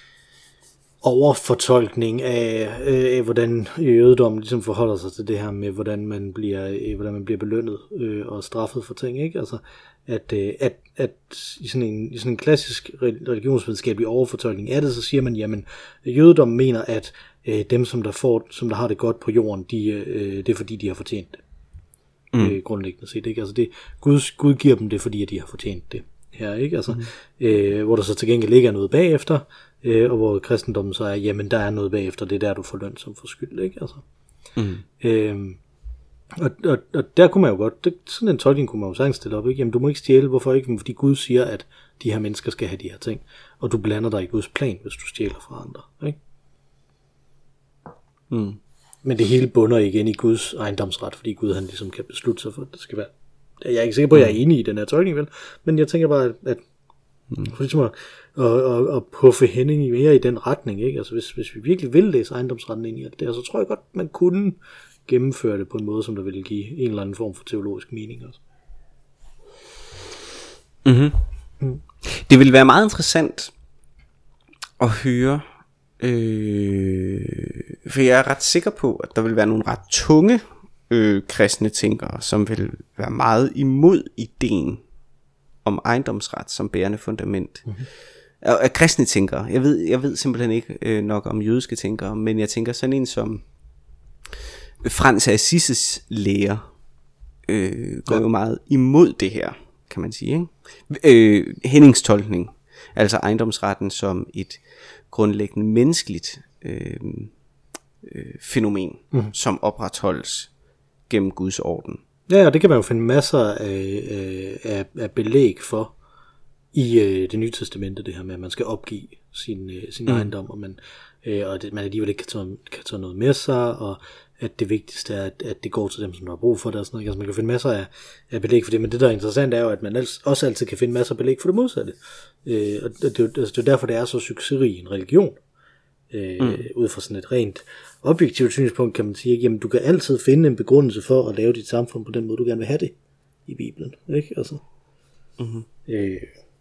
overfortolkning af, øh, af hvordan jødedommen ligesom forholder sig til det her med, hvordan man bliver, øh, hvordan man bliver belønnet øh, og straffet for ting, ikke? Altså, at, øh, at, at i, sådan en, i sådan en klassisk religionsvidenskabelig overfortolkning af det, så siger man, jamen, jødedommen mener, at øh, dem, som der, får, som der har det godt på jorden, de, øh, det er fordi, de har fortjent det. Mm. Øh, grundlæggende set, ikke? Altså det, Gud, Gud giver dem det, fordi at de har fortjent det her, ikke? Altså, mm. øh, hvor der så til gengæld ligger noget bagefter, øh, og hvor kristendommen så er, jamen der er noget bagefter, det er der, du får løn som for skyld, ikke? Altså. Mm. Øh, og, og, og der kunne man jo godt, det, sådan en tolkning kunne man jo sagtens stille op, ikke? Jamen du må ikke stjæle, hvorfor ikke? Fordi Gud siger, at de her mennesker skal have de her ting, og du blander dig i Guds plan, hvis du stjæler fra andre, ikke? Mm. Men det hele bunder igen i Guds ejendomsret, fordi Gud han ligesom kan beslutte sig for, at det skal være. Jeg er ikke sikker på, at jeg er enig i den her tolkning, vel? Men jeg tænker bare, at mm. for ligesom at, at, at, at puffe Henning mere i den retning, ikke? Altså hvis, hvis vi virkelig vil læse ejendomsretten ind i det, så tror jeg godt, man kunne gennemføre det på en måde, som der ville give en eller anden form for teologisk mening også. Mm-hmm. Mm. Det ville være meget interessant at høre, øh, for jeg er ret sikker på, at der vil være nogle ret tunge øh, kristne tænkere, som vil være meget imod ideen om ejendomsret som bærende fundament. Mm-hmm. Og, og kristne tænkere, jeg ved, jeg ved simpelthen ikke øh, nok om jødiske tænkere, men jeg tænker sådan en som Frans af Assises lærer øh, går ja. jo meget imod det her, kan man sige, ikke? Øh, Hennings tolkning, altså ejendomsretten som et grundlæggende menneskeligt øh, øh, fænomen, mm. som opretholdes gennem Guds orden. Ja, og det kan man jo finde masser af, af, af belæg for i øh, det nye testamente, det her med, at man skal opgive sin, øh, sin mm. ejendom, og man, øh, og det, man alligevel ikke kan tage, kan tage noget med sig, og at det vigtigste er, at, at det går til dem, som har brug for det, og sådan noget. Altså man kan finde masser af, af belæg for det, men det der er interessant er jo, at man også altid kan finde masser af belæg for det modsatte. Øh, og det, det, altså, det er derfor, det er så succesrig en religion. Øh, mm. Ud fra sådan et rent objektivt synspunkt kan man sige, at jamen, du kan altid finde en begrundelse for at lave dit samfund på den måde, du gerne vil have det i Bibelen. Ikke? Altså, mm-hmm. øh,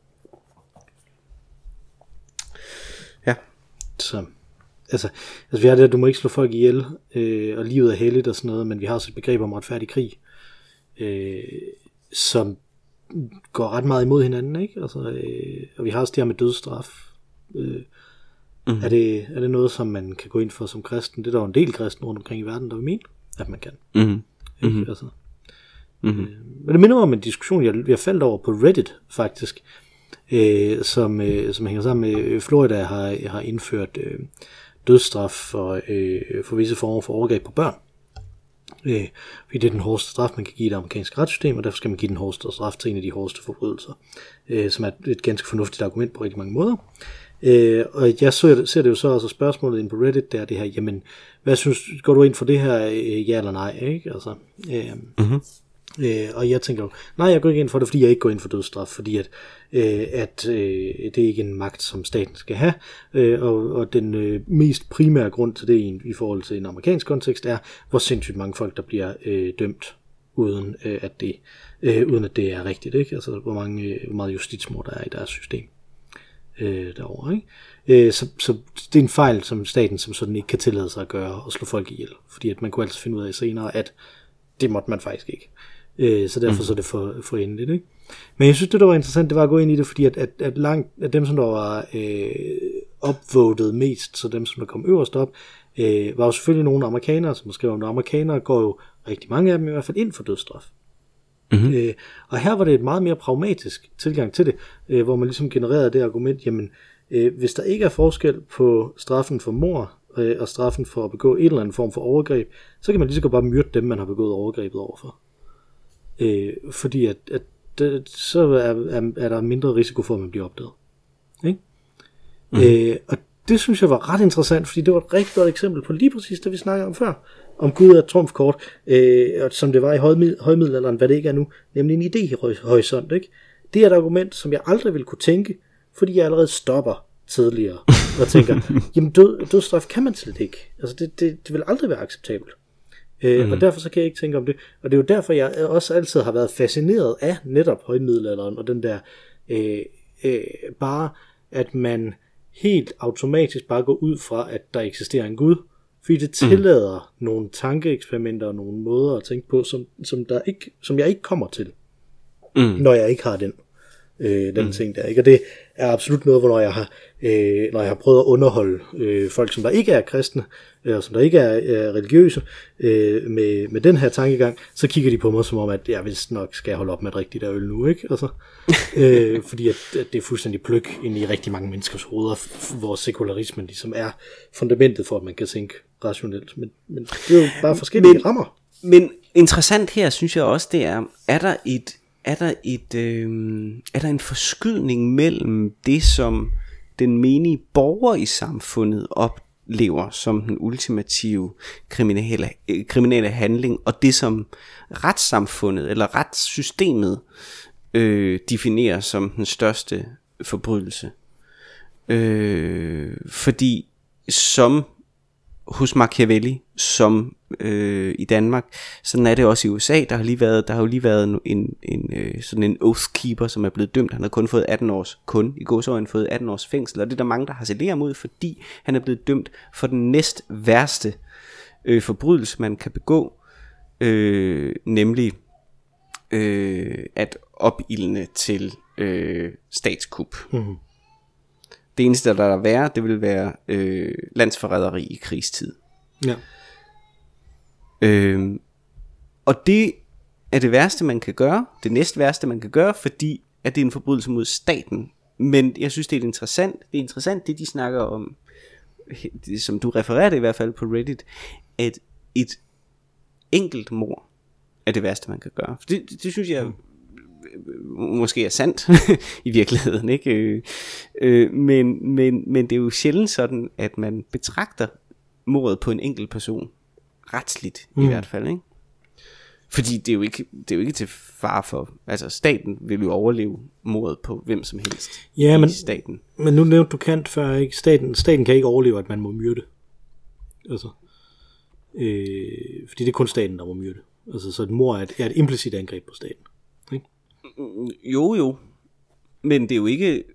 ja. Så, altså, altså vi har det, at du må ikke slå folk ihjel, øh, og livet er helligt og sådan noget, men vi har også et begreb om retfærdig krig, øh, som går ret meget imod hinanden, ikke? Altså, øh, og vi har også det her med dødsstraf. Øh, mm-hmm. er, det, er det noget, som man kan gå ind for som kristen? Det er der jo en del kristne rundt omkring i verden, der vil mene, at man kan. Mm-hmm. Ikke? Mm-hmm. Altså, mm-hmm. Øh, men det minder mig om en diskussion, jeg, jeg faldt over på Reddit, faktisk, øh, som, øh, som hænger sammen med Florida har, har indført øh, dødsstraf for, øh, for visse former for overgreb på børn. Øh, fordi det er den hårdeste straf, man kan give i det amerikanske retssystem, og derfor skal man give den hårdeste straf til en af de hårdeste forbrydelser, øh, som er et ganske fornuftigt argument på rigtig mange måder. Øh, og jeg så, ser det jo så også spørgsmålet inde på Reddit, der er det her, jamen, hvad synes, går du ind for det her, øh, ja eller nej, ikke? Altså, øh, mm-hmm. øh, og jeg tænker jo, nej, jeg går ikke ind for det, fordi jeg ikke går ind for dødsstraf, fordi at, øh, at øh, det er ikke en magt, som staten skal have, øh, og, og den øh, mest primære grund til det i, i forhold til en amerikansk kontekst er, hvor sindssygt mange folk, der bliver øh, dømt, uden, øh, at det, øh, uden at det er rigtigt, ikke? Altså, hvor, mange, øh, hvor meget justitsmord der er i deres system. øh, derovre, ikke? Øh, så, så det er en fejl, som staten som sådan ikke kan tillade sig at gøre, og slå folk ihjel, fordi at man kunne altid finde ud af senere, at det måtte man faktisk ikke. Øh, så derfor mm. så er det for, for endeligt, ikke? Men jeg synes, det der var interessant, det var at gå ind i det, fordi at, at, at, langt, at dem, som der var øh, upvoted mest, så dem, som der kom øverst op, øh, var jo selvfølgelig nogle amerikanere, som skrev om, at amerikanere går jo, rigtig mange af dem i hvert fald, ind for dødsstraf. Mm-hmm. Øh, og her var det et meget mere pragmatisk tilgang til det, øh, hvor man ligesom genererede det argument, jamen, øh, hvis der ikke er forskel på straffen for mord øh, og straffen for at begå en eller anden form for overgreb, så kan man lige så godt bare myrde dem, man har begået overgrebet overfor. Øh, fordi at, at det, så er, er, er der mindre risiko for, at man bliver opdaget. Ikke? Mm-hmm. Øh, og det synes jeg var ret interessant, fordi det var et rigtig godt eksempel på lige præcis det, vi snakkede om før, om Gud er et trumfkort, øh, som det var i højmid- højmiddelalderen, hvad det ikke er nu, nemlig en idéhorisont. Ikke? Det er et argument, som jeg aldrig ville kunne tænke, fordi jeg allerede stopper tidligere og tænker, jamen død, dødsstraf kan man slet ikke. Altså det, det, det vil aldrig være acceptabelt. Øh, mm. Og derfor så kan jeg ikke tænke om det. Og det er jo derfor, jeg også altid har været fascineret af netop højmiddelalderen, og den der øh, øh, bare, at man helt automatisk bare går ud fra, at der eksisterer en Gud, fordi det tillader mm. nogle tankeeksperimenter og nogle måder at tænke på, som, som, der ikke, som jeg ikke kommer til, mm. når jeg ikke har den, øh, den mm. ting der. Ikke? Og det er absolut noget, hvor når jeg har, øh, når jeg har prøvet at underholde øh, folk, som der ikke er kristne, øh, og som der ikke er øh, religiøse, øh, med, med den her tankegang, så kigger de på mig som om, at jeg vist nok skal holde op med at drikke de der øl nu, ikke? Altså, øh, fordi at, at det er fuldstændig pløk ind i rigtig mange menneskers hoveder, hvor sekularismen ligesom er fundamentet for, at man kan tænke rationelt. Men, men det er jo bare forskellige men, rammer. Men interessant her, synes jeg også, det er, er der et Er der, et, øh, er der en forskydning mellem det, som den menige borger i samfundet oplever som den ultimative kriminelle, øh, kriminelle handling, og det, som retssamfundet eller retssystemet øh, definerer som den største forbrydelse? Øh, fordi som hos Machiavelli, som øh, i Danmark, sådan er det også i U S A. Der har lige været, der har jo lige været en, en øh, sådan en oathkeeper, som er blevet dømt. Han har kun fået atten års, kun i gåseøjne fået atten års fængsel, og det er der mange, der harcelerer mod, fordi han er blevet dømt for den næst værste øh, forbrydelse, man kan begå, øh, nemlig øh, at opildne til øh, statskup. Mm-hmm. Det eneste, der er værre, det vil være øh, landsforræderi i krigstid. Ja. Øh, og det er det værste, man kan gøre. Det næst værste, man kan gøre, fordi at det er en forbrydelse mod staten. Men jeg synes, det er interessant. Det er interessant, det de snakker om, det, som du refererer i hvert fald på Reddit, at et enkelt mord er det værste, man kan gøre. Det, det, det synes jeg... Mm. måske er sandt i virkeligheden, ikke? Øh, øh, men, men, men det er jo sjældent sådan, at man betragter mordet på en enkelt person retsligt, mm. i hvert fald, ikke? Fordi det er jo ikke, det er jo ikke til fare for, altså staten vil jo overleve mordet på hvem som helst ja, men, i staten. Men nu nævnte du Kant før, ikke? Staten, staten kan ikke overleve, at man må myrde. Altså, øh, fordi det er kun staten, der må myrde. Altså, så et mord er et, er et implicit angreb på staten. Ikke? Jo, jo. Men det er jo ikke...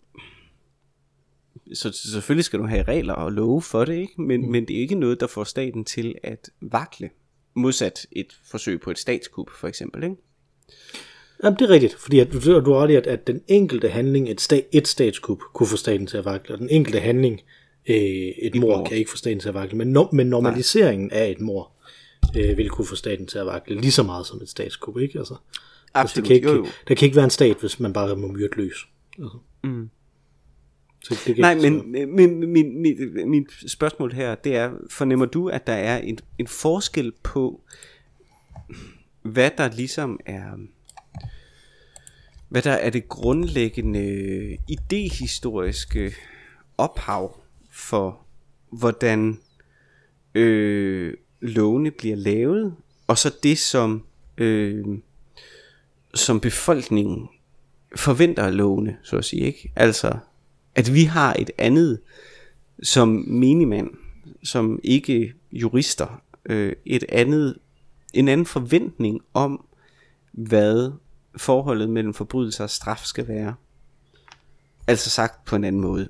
Så selvfølgelig skal du have regler og love for det, ikke? Men, mm. men det er ikke noget, der får staten til at vakle. Modsat et forsøg på et statskup, for eksempel, ikke? Jamen, det er rigtigt, fordi at, du, du har ret i, at, at den enkelte handling, et, sta, et statskup, kunne få staten til at vakle, og den enkelte handling, øh, et, et mord, mord, kan ikke få staten til at vakle, men, no, men normaliseringen Nej. af et mord, øh, vil kunne få staten til at vakle lige så meget som et statskup, ikke? Altså, absolut, altså, det kan ikke, jo, jo. Der kan ikke være en stat, hvis man bare må myrde løs. Altså. Mm. Så det Nej, men min, min, min, min spørgsmål her, det er, fornemmer du, at der er en, en forskel på, hvad der ligesom er, hvad der er det grundlæggende idehistoriske ophav for, hvordan øh, lovene bliver lavet, og så det, som, øh, som befolkningen forventer af lovene, så at sige, ikke? Altså, at vi har et andet som menigmand, som ikke jurister, øh, et andet, en anden forventning om, hvad forholdet mellem forbrydelse og straf skal være. Altså sagt på en anden måde.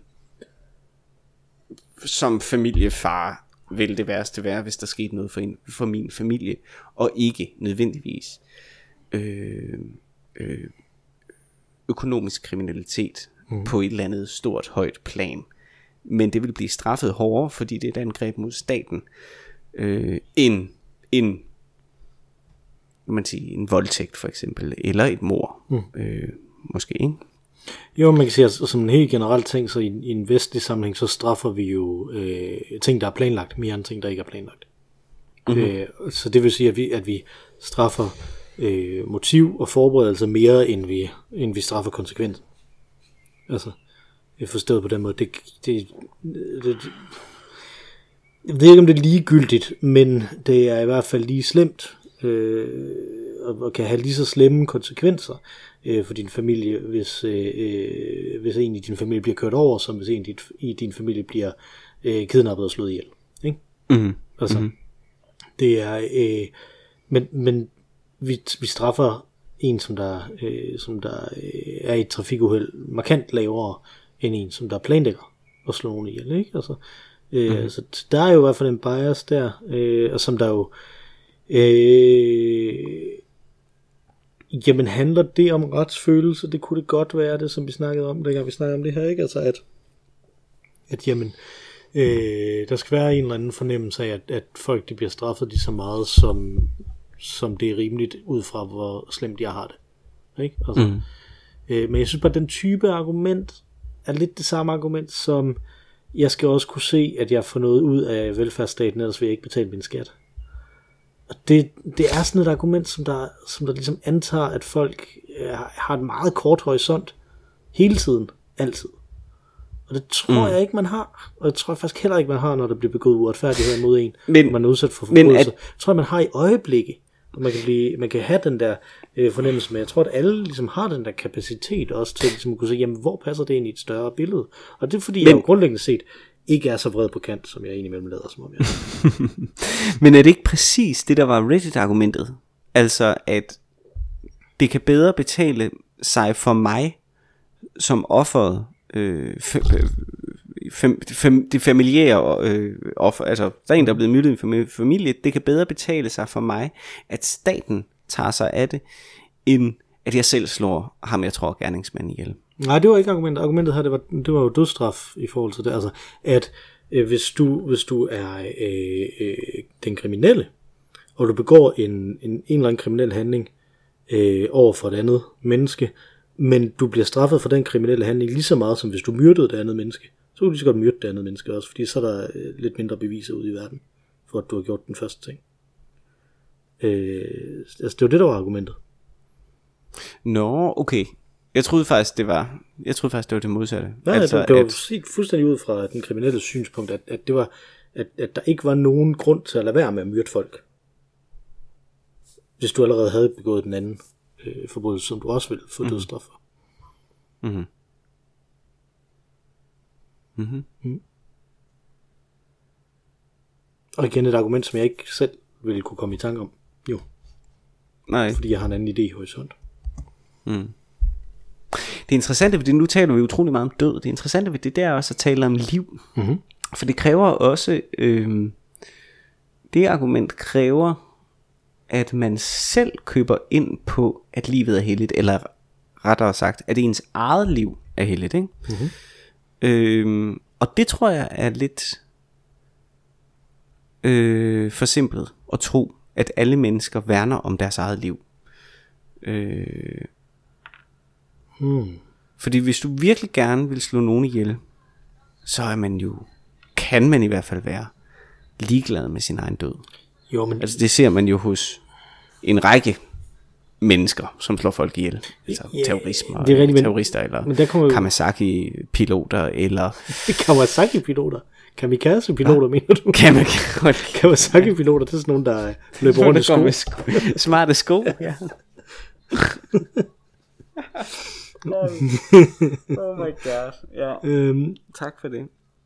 Som familiefar vil det værste være, hvis der skete noget for, en, for min familie, og ikke nødvendigvis øh, øh, økonomisk kriminalitet mm. på et eller andet stort, højt plan. Men det vil blive straffet hårdere, fordi det er et angreb mod staten, øh, end, end man sige, en voldtægt for eksempel, eller et mord, mm. øh, måske, ikke? Jo, man kan sige, at som en helt generelt ting, så i, i en vestlig sammenhæng, så straffer vi jo øh, ting, der er planlagt, mere end ting, der ikke er planlagt. Mm-hmm. Øh, så det vil sige, at vi, at vi straffer øh, motiv og forberedelse mere, end vi, end vi straffer konsekvensen. Altså, jeg forstået på den måde, det, det, det, det jeg ved ikke, om det er ligegyldigt, men det er i hvert fald lige slemt, øh, og kan have lige så slemme konsekvenser øh, for din familie, hvis, øh, hvis en i din familie bliver kørt over, som hvis en i, i din familie bliver øh, kidnappet og slået ihjel. Ikke? Mm-hmm. Altså, mm-hmm. det er, øh, men, men vi, vi straffer en, som der, øh, som der øh, er i et trafikuheld markant lavere, end en, som der planlægger at slå nogen ihjel. Ikke? Altså, øh, mm-hmm. Så der er jo i hvert fald en bias der, øh, og som der jo øh, jamen handler det om retsfølelse? Det kunne det godt være, det som vi snakkede om, dengang vi snakkede om det her, ikke? Altså at, at jamen, øh, der skal være en eller anden fornemmelse af, at, at folk de bliver straffet lige så meget, som, som det er rimeligt, ud fra hvor slemt jeg har det. Ikke? Altså, mm. øh, men jeg synes bare, at den type argument er lidt det samme argument, som jeg skal også kunne se, at jeg får noget ud af velfærdsstaten, ellers vil jeg ikke betale min skat. Og det, det er sådan et argument, som der, som der ligesom antager, at folk er, har et meget kort horisont hele tiden, altid. Og det tror mm. jeg ikke, man har. Og det tror jeg faktisk heller ikke, man har, når der bliver begået uretfærdighed mod en, men, og man er udsat for forbrydelser. At... Jeg tror, man har i øjeblikke, og man kan, blive, man kan have den der øh, fornemmelse med, jeg tror, at alle ligesom har den der kapacitet også til ligesom at kunne sige, jamen, hvor passer det ind i et større billede? Og det er fordi, men... jeg jo grundlæggende set ikke er så vred på kant, som jeg indimellem lader som om jeg Men er det ikke præcis det, der var Reddit-argumentet? Altså, at det kan bedre betale sig for mig, som offeret, øh, fam, fam, det familiære øh, offer, altså, der er en, der er blevet myrdet i en familie, det kan bedre betale sig for mig, at staten tager sig af det, end at jeg selv slår ham, jeg tror, gerningsmanden ihjel. Nej, det var ikke argumentet. Argumentet her, det var, det var jo dødsstraf i forhold til det. Altså, at øh, hvis, du, hvis du er øh, øh, den kriminelle, og du begår en, en, en eller anden kriminel handling øh, over for et andet menneske, men du bliver straffet for den kriminelle handling lige så meget, som hvis du myrdede det andet menneske, så kan du lige så godt myrde det andet menneske også, fordi så er der øh, lidt mindre beviser ude i verden, for at du har gjort den første ting. Øh, altså, det var det, der var argumentet. Nå, okay. Jeg troede faktisk det var Jeg troede faktisk det var det modsatte. Nej, altså, det, det var at... set fuldstændig ud fra den kriminelle synspunkt, at, at det var at, at der ikke var nogen grund til at lade være med at myrde folk, hvis du allerede havde begået den anden øh, forbrydelse, som du også ville få mm. dødsstraf for. Mhm. Mhm. Mm. Og igen et argument, som jeg ikke selv ville kunne komme i tanke om. Jo. Nej. Fordi jeg har en anden idé i horisont. Mm. Det interessante ved det, nu taler vi utrolig meget om død. Det interessante ved det, der er også at tale om liv. Mm-hmm. For det kræver også øh, det argument kræver, at man selv køber ind på, at livet er helligt, eller rettere sagt, at ens eget liv er helligt, ikke? Mm-hmm. øh, Og det tror jeg er lidt øh, forsimplet at tro, at alle mennesker værner om deres eget liv. øh, Hmm. Fordi hvis du virkelig gerne vil slå nogen ihjel, så er man jo, kan man i hvert fald være ligeglad med sin egen død. Jo, men altså det ser man jo hos en række mennesker, som slår folk ihjel. Altså ja, terrorismer, det er rigtig, terrorister, eller men jo... Kawasaki-piloter, eller Kawasaki-piloter? Kamikaze-piloter, ja. Mener du? Kawasaki-piloter, det er sådan nogle, der løber rundt i sko. sko. Smarte sko, ja. oh, oh my god, ja. Øhm, tak for det.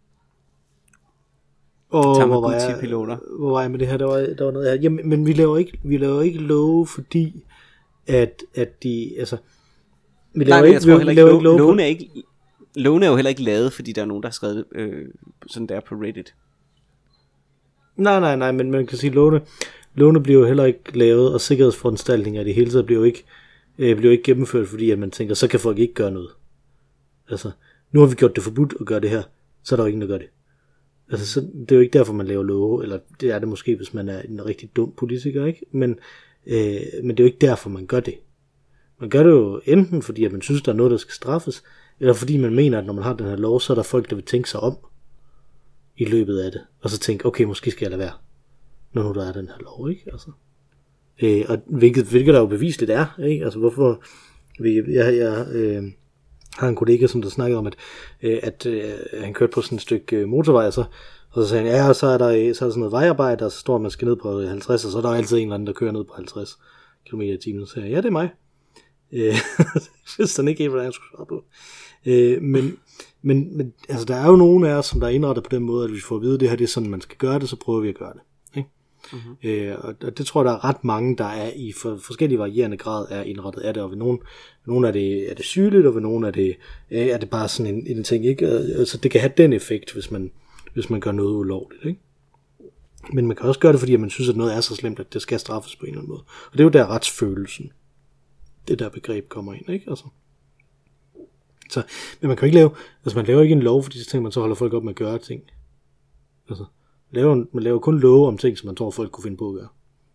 Og hvor var, jeg, hvor var jeg med det her? Der var, der var noget her. Jamen, men vi laver ikke, vi laver ikke love, fordi at, at de, altså, vi laver Nej, ikke, jeg tror heller ikke, laver ikke love loven er ikke, lovene er jo heller ikke lavet, fordi der er nogen, der har skrevet øh, sådan der på Reddit. Nej, nej, nej, men man kan sige, lovene, lovene bliver jo heller ikke lavet, og sikkerhedsforanstaltninger i det hele taget bliver jo ikke, øh, bliver jo ikke gennemført, fordi at man tænker, så kan folk ikke gøre noget. Altså, nu har vi gjort det forbudt at gøre det her, så er der jo ingen, der gør det. Altså, så, det er jo ikke derfor, man laver love, eller det er det måske, hvis man er en rigtig dum politiker, ikke? Men, øh, men det er jo ikke derfor, man gør det. Man gør det jo enten fordi, at man synes, der er noget, der skal straffes, eller fordi man mener, at når man har den her lov, så er der folk, der vil tænke sig om i løbet af det, og så tænke, okay, måske skal jeg lade være, når nu der er den her lov, ikke? Altså, øh, og hvilket, hvilket der jo bevisligt er, ikke? Altså, hvorfor, jeg, jeg øh, har en kollega, som der snakkede om, at, øh, at øh, han kørte på sådan et stykke øh, motorvej, og så, og så sagde han, ja, så er der, så er der sådan noget vejarbejde, og så står man skal ned på halvtreds, og så er der altid en eller anden, der kører ned på halvtreds kilometer i timen, så sagde jeg, ja, det er mig. Øh, hvis den ikke helt, hvordan jeg skulle svare på. Øh, men, men, men altså, der er jo nogen af os, som der er indrettet på den måde, at hvis vi får at vide, at det her det er sådan, man skal gøre det, så prøver vi at gøre det. Ikke? Mm-hmm. Øh, og, og det tror jeg, der er ret mange, der er i for, forskellige varierende grad er indrettet af det, og ved nogen, ved nogen er, det, er det sygeligt, og ved nogen er det, er det bare sådan en, en ting, ikke? Altså, det kan have den effekt, hvis man, hvis man gør noget ulovligt, ikke? Men man kan også gøre det, fordi man synes, at noget er så slemt, at det skal straffes på en eller anden måde. Og det er jo der retsfølelsen, det der begreb kommer ind, ikke? Altså. Så, men man kan jo ikke lave, altså man laver ikke en lov, fordi så tænker man, så holder folk op med at gøre ting. Altså, man laver, man laver kun love om ting, som man tror, folk kunne finde på at gøre.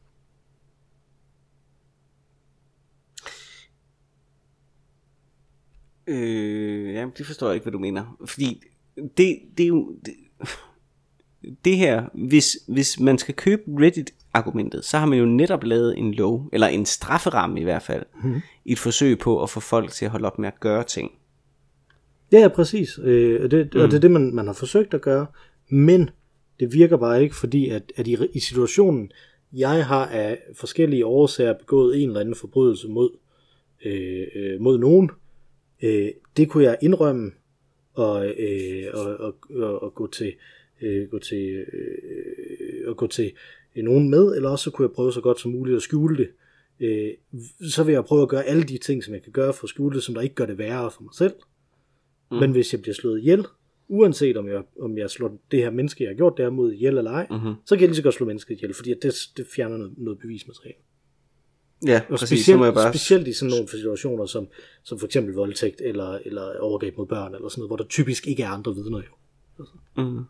Øh, ja, det forstår jeg ikke, hvad du mener. Fordi det, det er jo... Det, det her, hvis, hvis man skal købe Reddit-argumentet, så har man jo netop lavet en lov, eller en strafferamme i hvert fald, mm-hmm. i et forsøg på at få folk til at holde op med at gøre ting. Ja, præcis. Øh, og, det, mm. og det er det, man, man har forsøgt at gøre, men det virker bare ikke, fordi at, at i, i situationen, jeg har af forskellige årsager begået en eller anden forbrydelse mod, øh, øh, mod nogen, øh, det kunne jeg indrømme og, øh, og, og, og, og gå til Øh, gå til øh, at gå til øh, nogen med, eller også så kunne jeg prøve så godt som muligt at skjule det. Øh, så vil jeg prøve at gøre alle de ting, som jeg kan gøre for at skjule det, som der ikke gør det værre for mig selv. Mm. Men hvis jeg bliver slået ihjel, uanset om jeg, om jeg slår det her menneske, jeg har gjort det her mod ihjel eller ej, mm-hmm. så kan jeg lige så godt slå mennesket ihjel, fordi det, det fjerner noget, noget bevismateriale. Ja, og præcis, specielt, så må jeg bare... specielt i sådan nogle situationer, som, som for eksempel voldtægt, eller, eller overgreb mod børn, eller sådan noget, hvor der typisk ikke er andre vidner jo. Altså. Mm.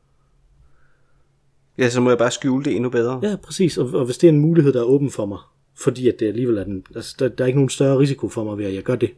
Ja, så må jeg bare skjule det endnu bedre. Ja, præcis. Og, og hvis det er en mulighed, der er åben for mig, fordi at det alligevel er den, altså, der, der er ikke nogen større risiko for mig ved, at jeg gør det.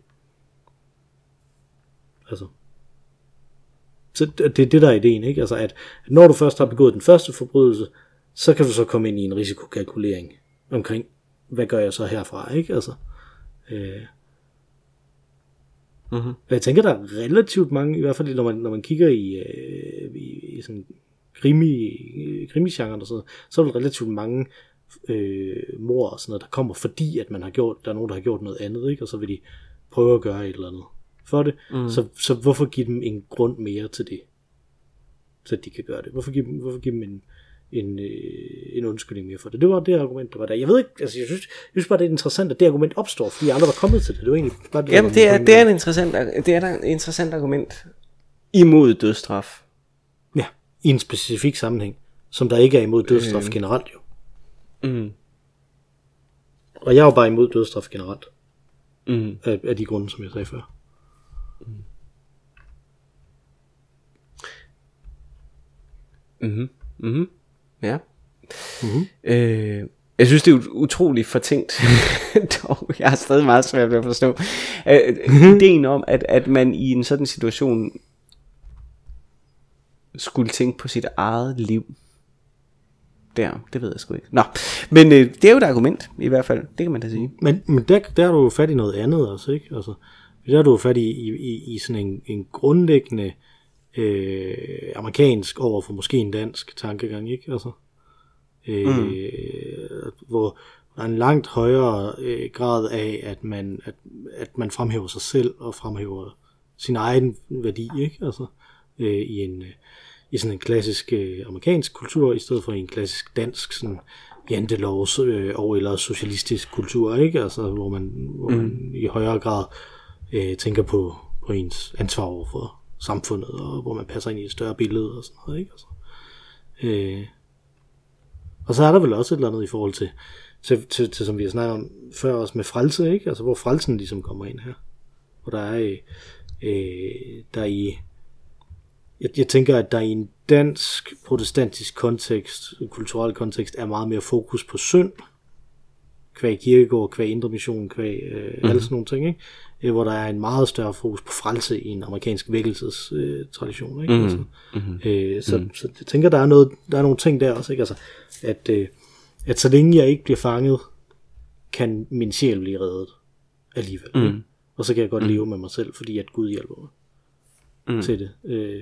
Altså. Så det, det er det, der er ideen, ikke? Altså, at, at når du først har begået den første forbrydelse, så kan du så komme ind i en risikokalkulering omkring, hvad gør jeg så herfra, ikke? Altså. Øh. Mm-hmm. Jeg tænker, der er relativt mange, i hvert fald når man, når man kigger i, øh, i, i sådan krimi, krimi-genren og sådan noget, så er der relativt mange øh, mord og sådan noget, der kommer, fordi at man har gjort, der er nogen, der har gjort noget andet, ikke? Og så vil de prøve at gøre et eller andet for det. Mm. Så, så hvorfor give dem en grund mere til det? Så de kan gøre det. Hvorfor give dem, hvorfor give dem en, en, øh, en undskyldning mere for det? Det var det argument, der var der. Jeg ved ikke, altså jeg synes, jeg synes bare, det er interessant, at det argument opstår, fordi andre var kommet til det. Det var egentlig bare det. Jamen, det er, det er en interessant, det er et interessant argument imod dødsstraf. Ja, i en specifik sammenhæng, som der ikke er imod dødsstraf øh. generelt jo. Mm. Og jeg er jo bare imod dødsstraf generelt. Mm. Af, af de grunde, som jeg sagde før. Mm. Mhm. Mhm. Ja. Mm-hmm. Øh, jeg synes, det er utroligt fortænkt. Dog, jeg har stadig meget svært ved at forstå. Øh, ideen om, at, at man i en sådan situation skulle tænke på sit eget liv. Der, det ved jeg sgu ikke. Nå, men øh, det er jo et argument, i hvert fald. Det kan man da sige. Men, men der, der er du jo fat i noget andet også, ikke? Altså, der er du jo fat i, i, i sådan en, en grundlæggende øh, amerikansk over for måske en dansk tankegang, ikke? Altså, øh, mm. hvor der er en langt højere øh, grad af, at man, at, at man fremhæver sig selv og fremhæver sin egen værdi, ikke? Altså, øh, i en... Øh, i sådan en klassisk øh, amerikansk kultur, i stedet for en klassisk dansk, sådan jantelovs øh, og eller socialistisk kultur, ikke? Altså, hvor man, hvor man mm. i højere grad øh, tænker på, på på ens ansvar over for samfundet, og hvor man passer ind i et større billede og sådan noget, ikke? Altså, øh, og så er der vel også et eller andet i forhold til, til, til, til som vi har snakket om før også med frelse, ikke? Altså hvor frelsen ligesom kommer ind her. Hvor der er, øh, der er i, jeg, jeg tænker, at der i en dansk protestantisk kontekst, kulturel kontekst, er meget mere fokus på synd, kvæg kirkegård, kvæg indre mission, kvæg øh, mm-hmm. alle sådan nogle ting, ikke? Øh, hvor der er en meget større fokus på frelse i en amerikansk vækkelses øh, tradition, ikke? Mm-hmm. Altså, øh, så, mm-hmm. så jeg tænker, der er noget, der er nogle ting der også, ikke? Altså, at, øh, at så længe jeg ikke bliver fanget, kan min sjæl blive reddet alligevel. Mm-hmm. Og så kan jeg godt mm-hmm. leve med mig selv, fordi at Gud hjælper mig mm-hmm. til det. Øh,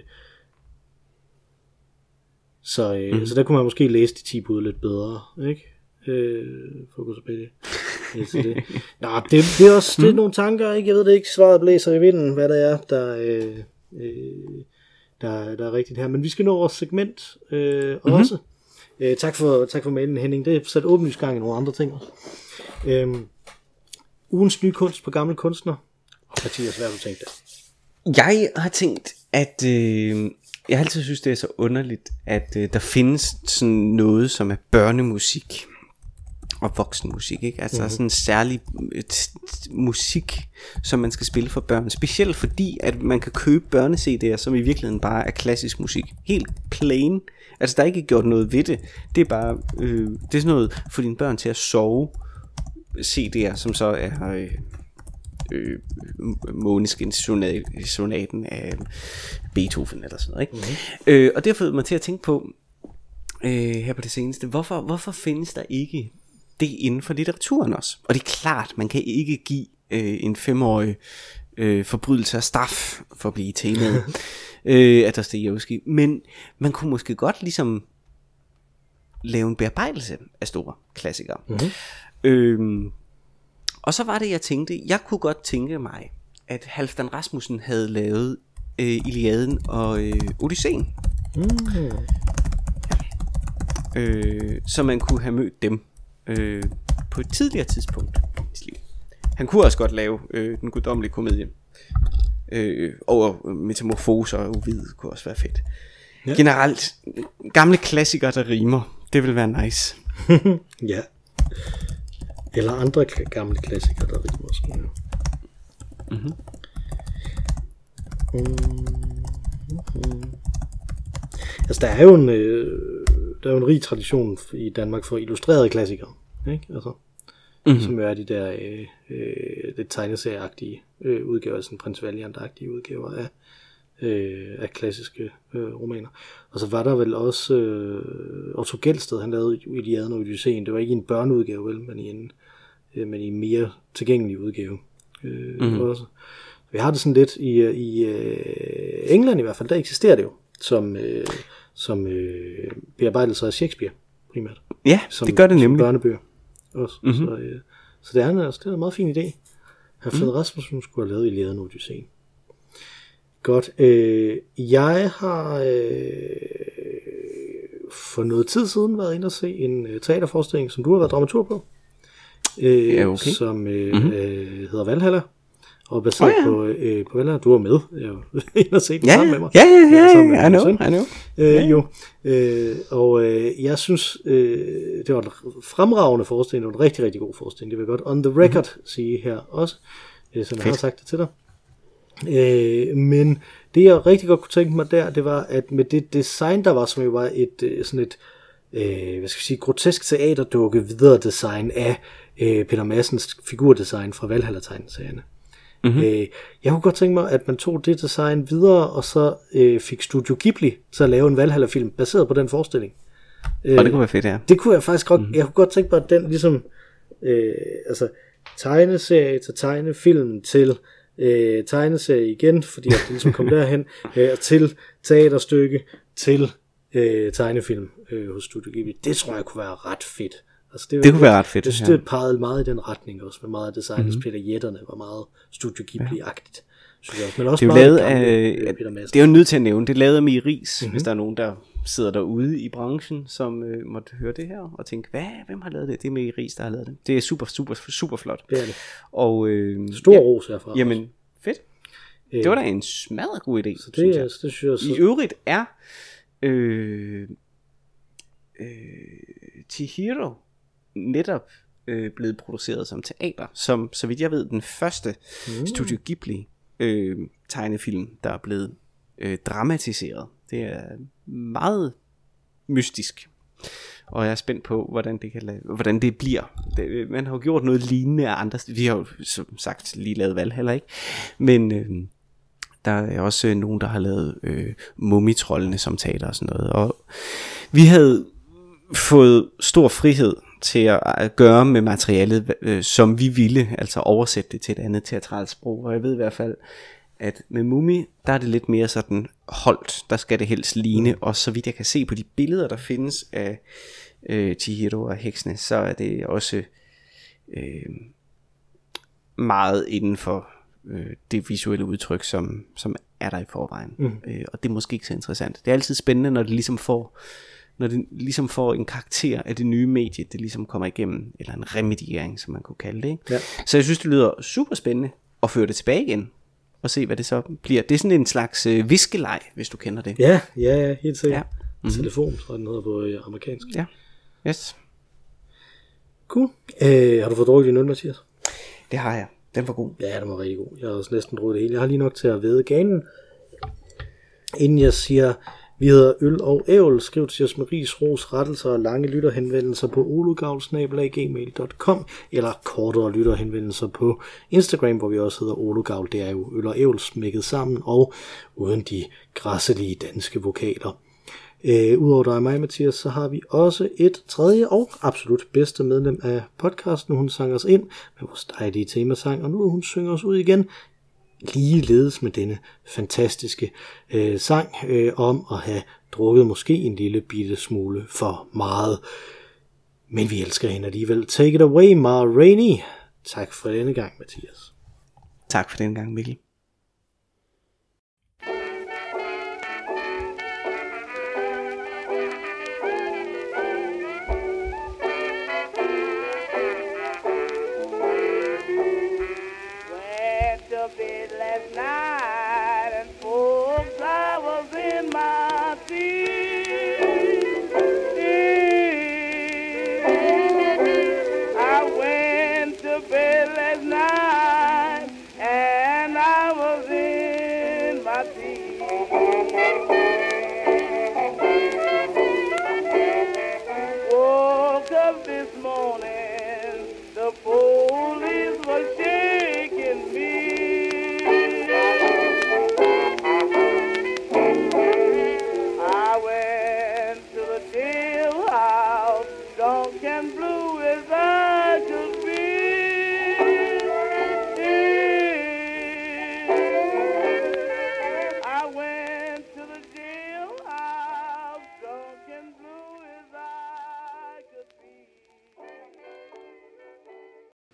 så, øh, mm-hmm. så der kunne man måske læse de ti bud lidt bedre, ikke? Øh, fokus på det. det. Nå, det, det er også det er nogle tanker, ikke? Jeg ved det ikke, svaret blæser i vinden, hvad det er, der, øh, øh, der, der er rigtigt her. Men vi skal nå vores segment øh, mm-hmm. også. Øh, tak for, tak for mailen, Henning. Det er sat åbningsgang i nogle andre ting også. Øh, ugens nye kunst på gamle kunstner. Mathias, hvad har du tænkt der? Jeg har tænkt, at øh, jeg altid synes, det er så underligt, at øh, der findes sådan noget, som er børnemusik og voksenmusik, ikke? Altså mm-hmm. sådan en særlig t- t- musik, som man skal spille for børn. Specielt fordi, at man kan købe børne-C D'er, som i virkeligheden bare er klassisk musik. Helt plain. Altså der er ikke gjort noget ved det. Det er bare, øh, det er sådan noget for dine børn til at sove. C D'er, som så er øh, øh, Måneskin-sonaten af Beethoven eller sådan noget, ikke? Mm-hmm. Øh, og det har fået mig til at tænke på øh, her på det seneste, hvorfor, hvorfor findes der ikke det inden for litteraturen også? Og det er klart, man kan ikke give øh, en femårig øh, forbrydelse af straf for at blive temaet øh, af Dostojevskij, men man kunne måske godt ligesom lave en bearbejdelse af store klassikere. Mm-hmm. Øhm, og så var det, jeg tænkte, jeg kunne godt tænke mig, at Halfdan Rasmussen havde lavet øh, Iliaden og øh, Odysseen. Mm. Øh, så man kunne have mødt dem øh, på et tidligere tidspunkt i sit liv. Han kunne også godt lave øh, den guddommelige komedie. Øh, over metamorfoser og uvid kunne også være fedt. Ja. Generelt, gamle klassikere, der rimer, det vil være nice. Ja. Eller andre k- gamle klassikere, der rimer også. Ja. Mm-hmm. Mm-hmm. Altså, der er jo en, øh, der er jo en rig tradition i Danmark for illustrerede klassikere, ikke? Altså, mm-hmm. som jo er de der øh, øh, lidt tegneserieagtige øh, udgaver, sådan Prins Valiant-agtige udgaver af, øh, af klassiske øh, romaner. Og så var der vel også øh, Otto Gelsted, han lavede Iliaden og Odysseen. Det var ikke i en børneudgave, vel, men i en, øh, men i en mere tilgængelig udgave. Øh, mm-hmm. også. Vi har det sådan lidt i, i øh, England i hvert fald, der eksisterer det jo som, øh, som øh, bearbejdelser af Shakespeare primært. Ja, som, det gør det nemlig. Som børnebøger også. Mm-hmm. Så, øh, så det er en, altså, det er en meget fin idé. Halfdan mm-hmm. Rasmussen skulle have lavet Iliaden og Odysseen. Godt. Øh, jeg har øh, for noget tid siden været inde og se en øh, teaterforestilling, som du har været dramaturg på. Øh, ja, okay. Som øh, mm-hmm. øh, hedder Valhalla. Og baseret oh, ja. på, øh, på Valhalla. Du var med. Jeg var inde og se den ja, sammen med mig. Ja, ja, ja. ja I know, I know. Øh, ja. Jo. Øh, og øh, jeg synes, øh, det var en fremragende forestilling. Det var en rigtig, rigtig god forestilling. Det vil jeg godt on the record mm-hmm. sige her også. Øh, som jeg har sagt det til dig. Øh, men det jeg rigtig godt kunne tænke mig der, det var at med det design der var, som jo var et sådan et øh, hvad skal jeg sige, grotesk teaterdukke videre design af øh, Peter Madsens figurdesign fra Valhalla-tegneserierne. Mm-hmm. øh, jeg kunne godt tænke mig at man tog det design videre og så øh, fik Studio Ghibli til at lave en Valhalla-film baseret på den forestilling. øh, og det kunne være fedt, ja. Det kunne jeg faktisk godt. Mm-hmm. Jeg kunne godt tænke mig at den ligesom øh, altså tegneserie til tegnefilm til Øh, tegneserie igen, fordi at det ligesom kom derhen øh, til teaterstykke til øh, tegnefilm øh, hos Studio Ghibli. Det tror jeg kunne være ret fedt. Altså, det, det kunne være ret fedt. Det synes det pegede meget i den retning også, med meget af designet. Mm-hmm. Peter Jætterne var meget Studio Ghibli-agtigt. Synes jeg også. Men også det er jo lavet af, af Peter Madsen. Det er jo nødt til at nævne. Det er lavet af Mie Riis, mm-hmm. hvis der er nogen, der sidder derude i branchen, som øh, måtte høre det her og tænke, hvad, hvem har lavet det? Det er Mie Riis, der har lavet det. Det er super, super, super flot. Det er det. Og, øh, stor ja, ros herfra. Jamen, fedt. Det var da en smadret god idé. Så det, det synes jeg så... I øvrigt er øh, øh, Chihiro netop øh, blevet produceret som teater, som så vidt jeg ved den første mm. Studio Ghibli øh, tegnefilm, der er blevet øh, dramatiseret. Det er meget mystisk, og jeg er spændt på, hvordan det, kan lade, hvordan det bliver. Det, man har jo gjort noget lignende af andre. Vi har jo som sagt lige lavet Valhalla, ikke? Men øh, der er også nogen, der har lavet øh, Mumitrollene som teater og sådan noget. Og vi havde fået stor frihed til at gøre med materialet, øh, som vi ville, altså oversætte det til et andet teatralt sprog. Og jeg ved i hvert fald, at med Mumi, der er det lidt mere sådan holdt, der skal det helst ligne, og så vidt jeg kan se på de billeder, der findes af øh, Chihiro og heksene, så er det også øh, meget inden for øh, det visuelle udtryk, som, som er der i forvejen. Mm. Øh, og det er måske ikke så interessant. Det er altid spændende, når det ligesom får når det ligesom får en karakter af det nye medie, det ligesom kommer igennem, eller en remediering, som man kunne kalde det, ikke? Ja. Så jeg synes, det lyder super spændende at føre det tilbage igen, og se, hvad det så bliver. Det er sådan en slags øh, viskeleg, hvis du kender det. Ja, ja, ja, helt sikkert. Ja. Mm-hmm. Telefon, tror jeg, den hedder på øh, amerikansk. Ja, yes. Cool. Øh, har du fået drukket din øl, Mathias? Det har jeg. Den var god. Ja, den var rigtig god. Jeg har også næsten drukket det hele. Jeg har lige nok til at væde ganen. Inden jeg siger, vi hedder Øl og Ævl, skriv til os med ris, ros, rettelser og lange lytterhenvendelser på olugavl snabel-a gmail punktum com eller kortere lytterhenvendelser på Instagram, hvor vi også hedder olugavl. Det er jo Øl og Ævl smækket sammen og uden de græsselige danske vokaler. Øh, Udover dig og mig, Mathias, så har vi også et tredje og absolut bedste medlem af podcasten. Hun sang os ind med vores dejlige temasang, og nu er hun synger os ud igen. Ligeledes med denne fantastiske øh, sang øh, om at have drukket måske en lille bitte smule for meget. Men vi elsker hende alligevel. Take it away, Ma Rainey. Tak for denne gang, Mathias. Tak for denne gang, Mikkel.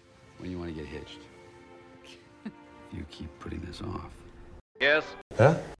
Yes? Huh?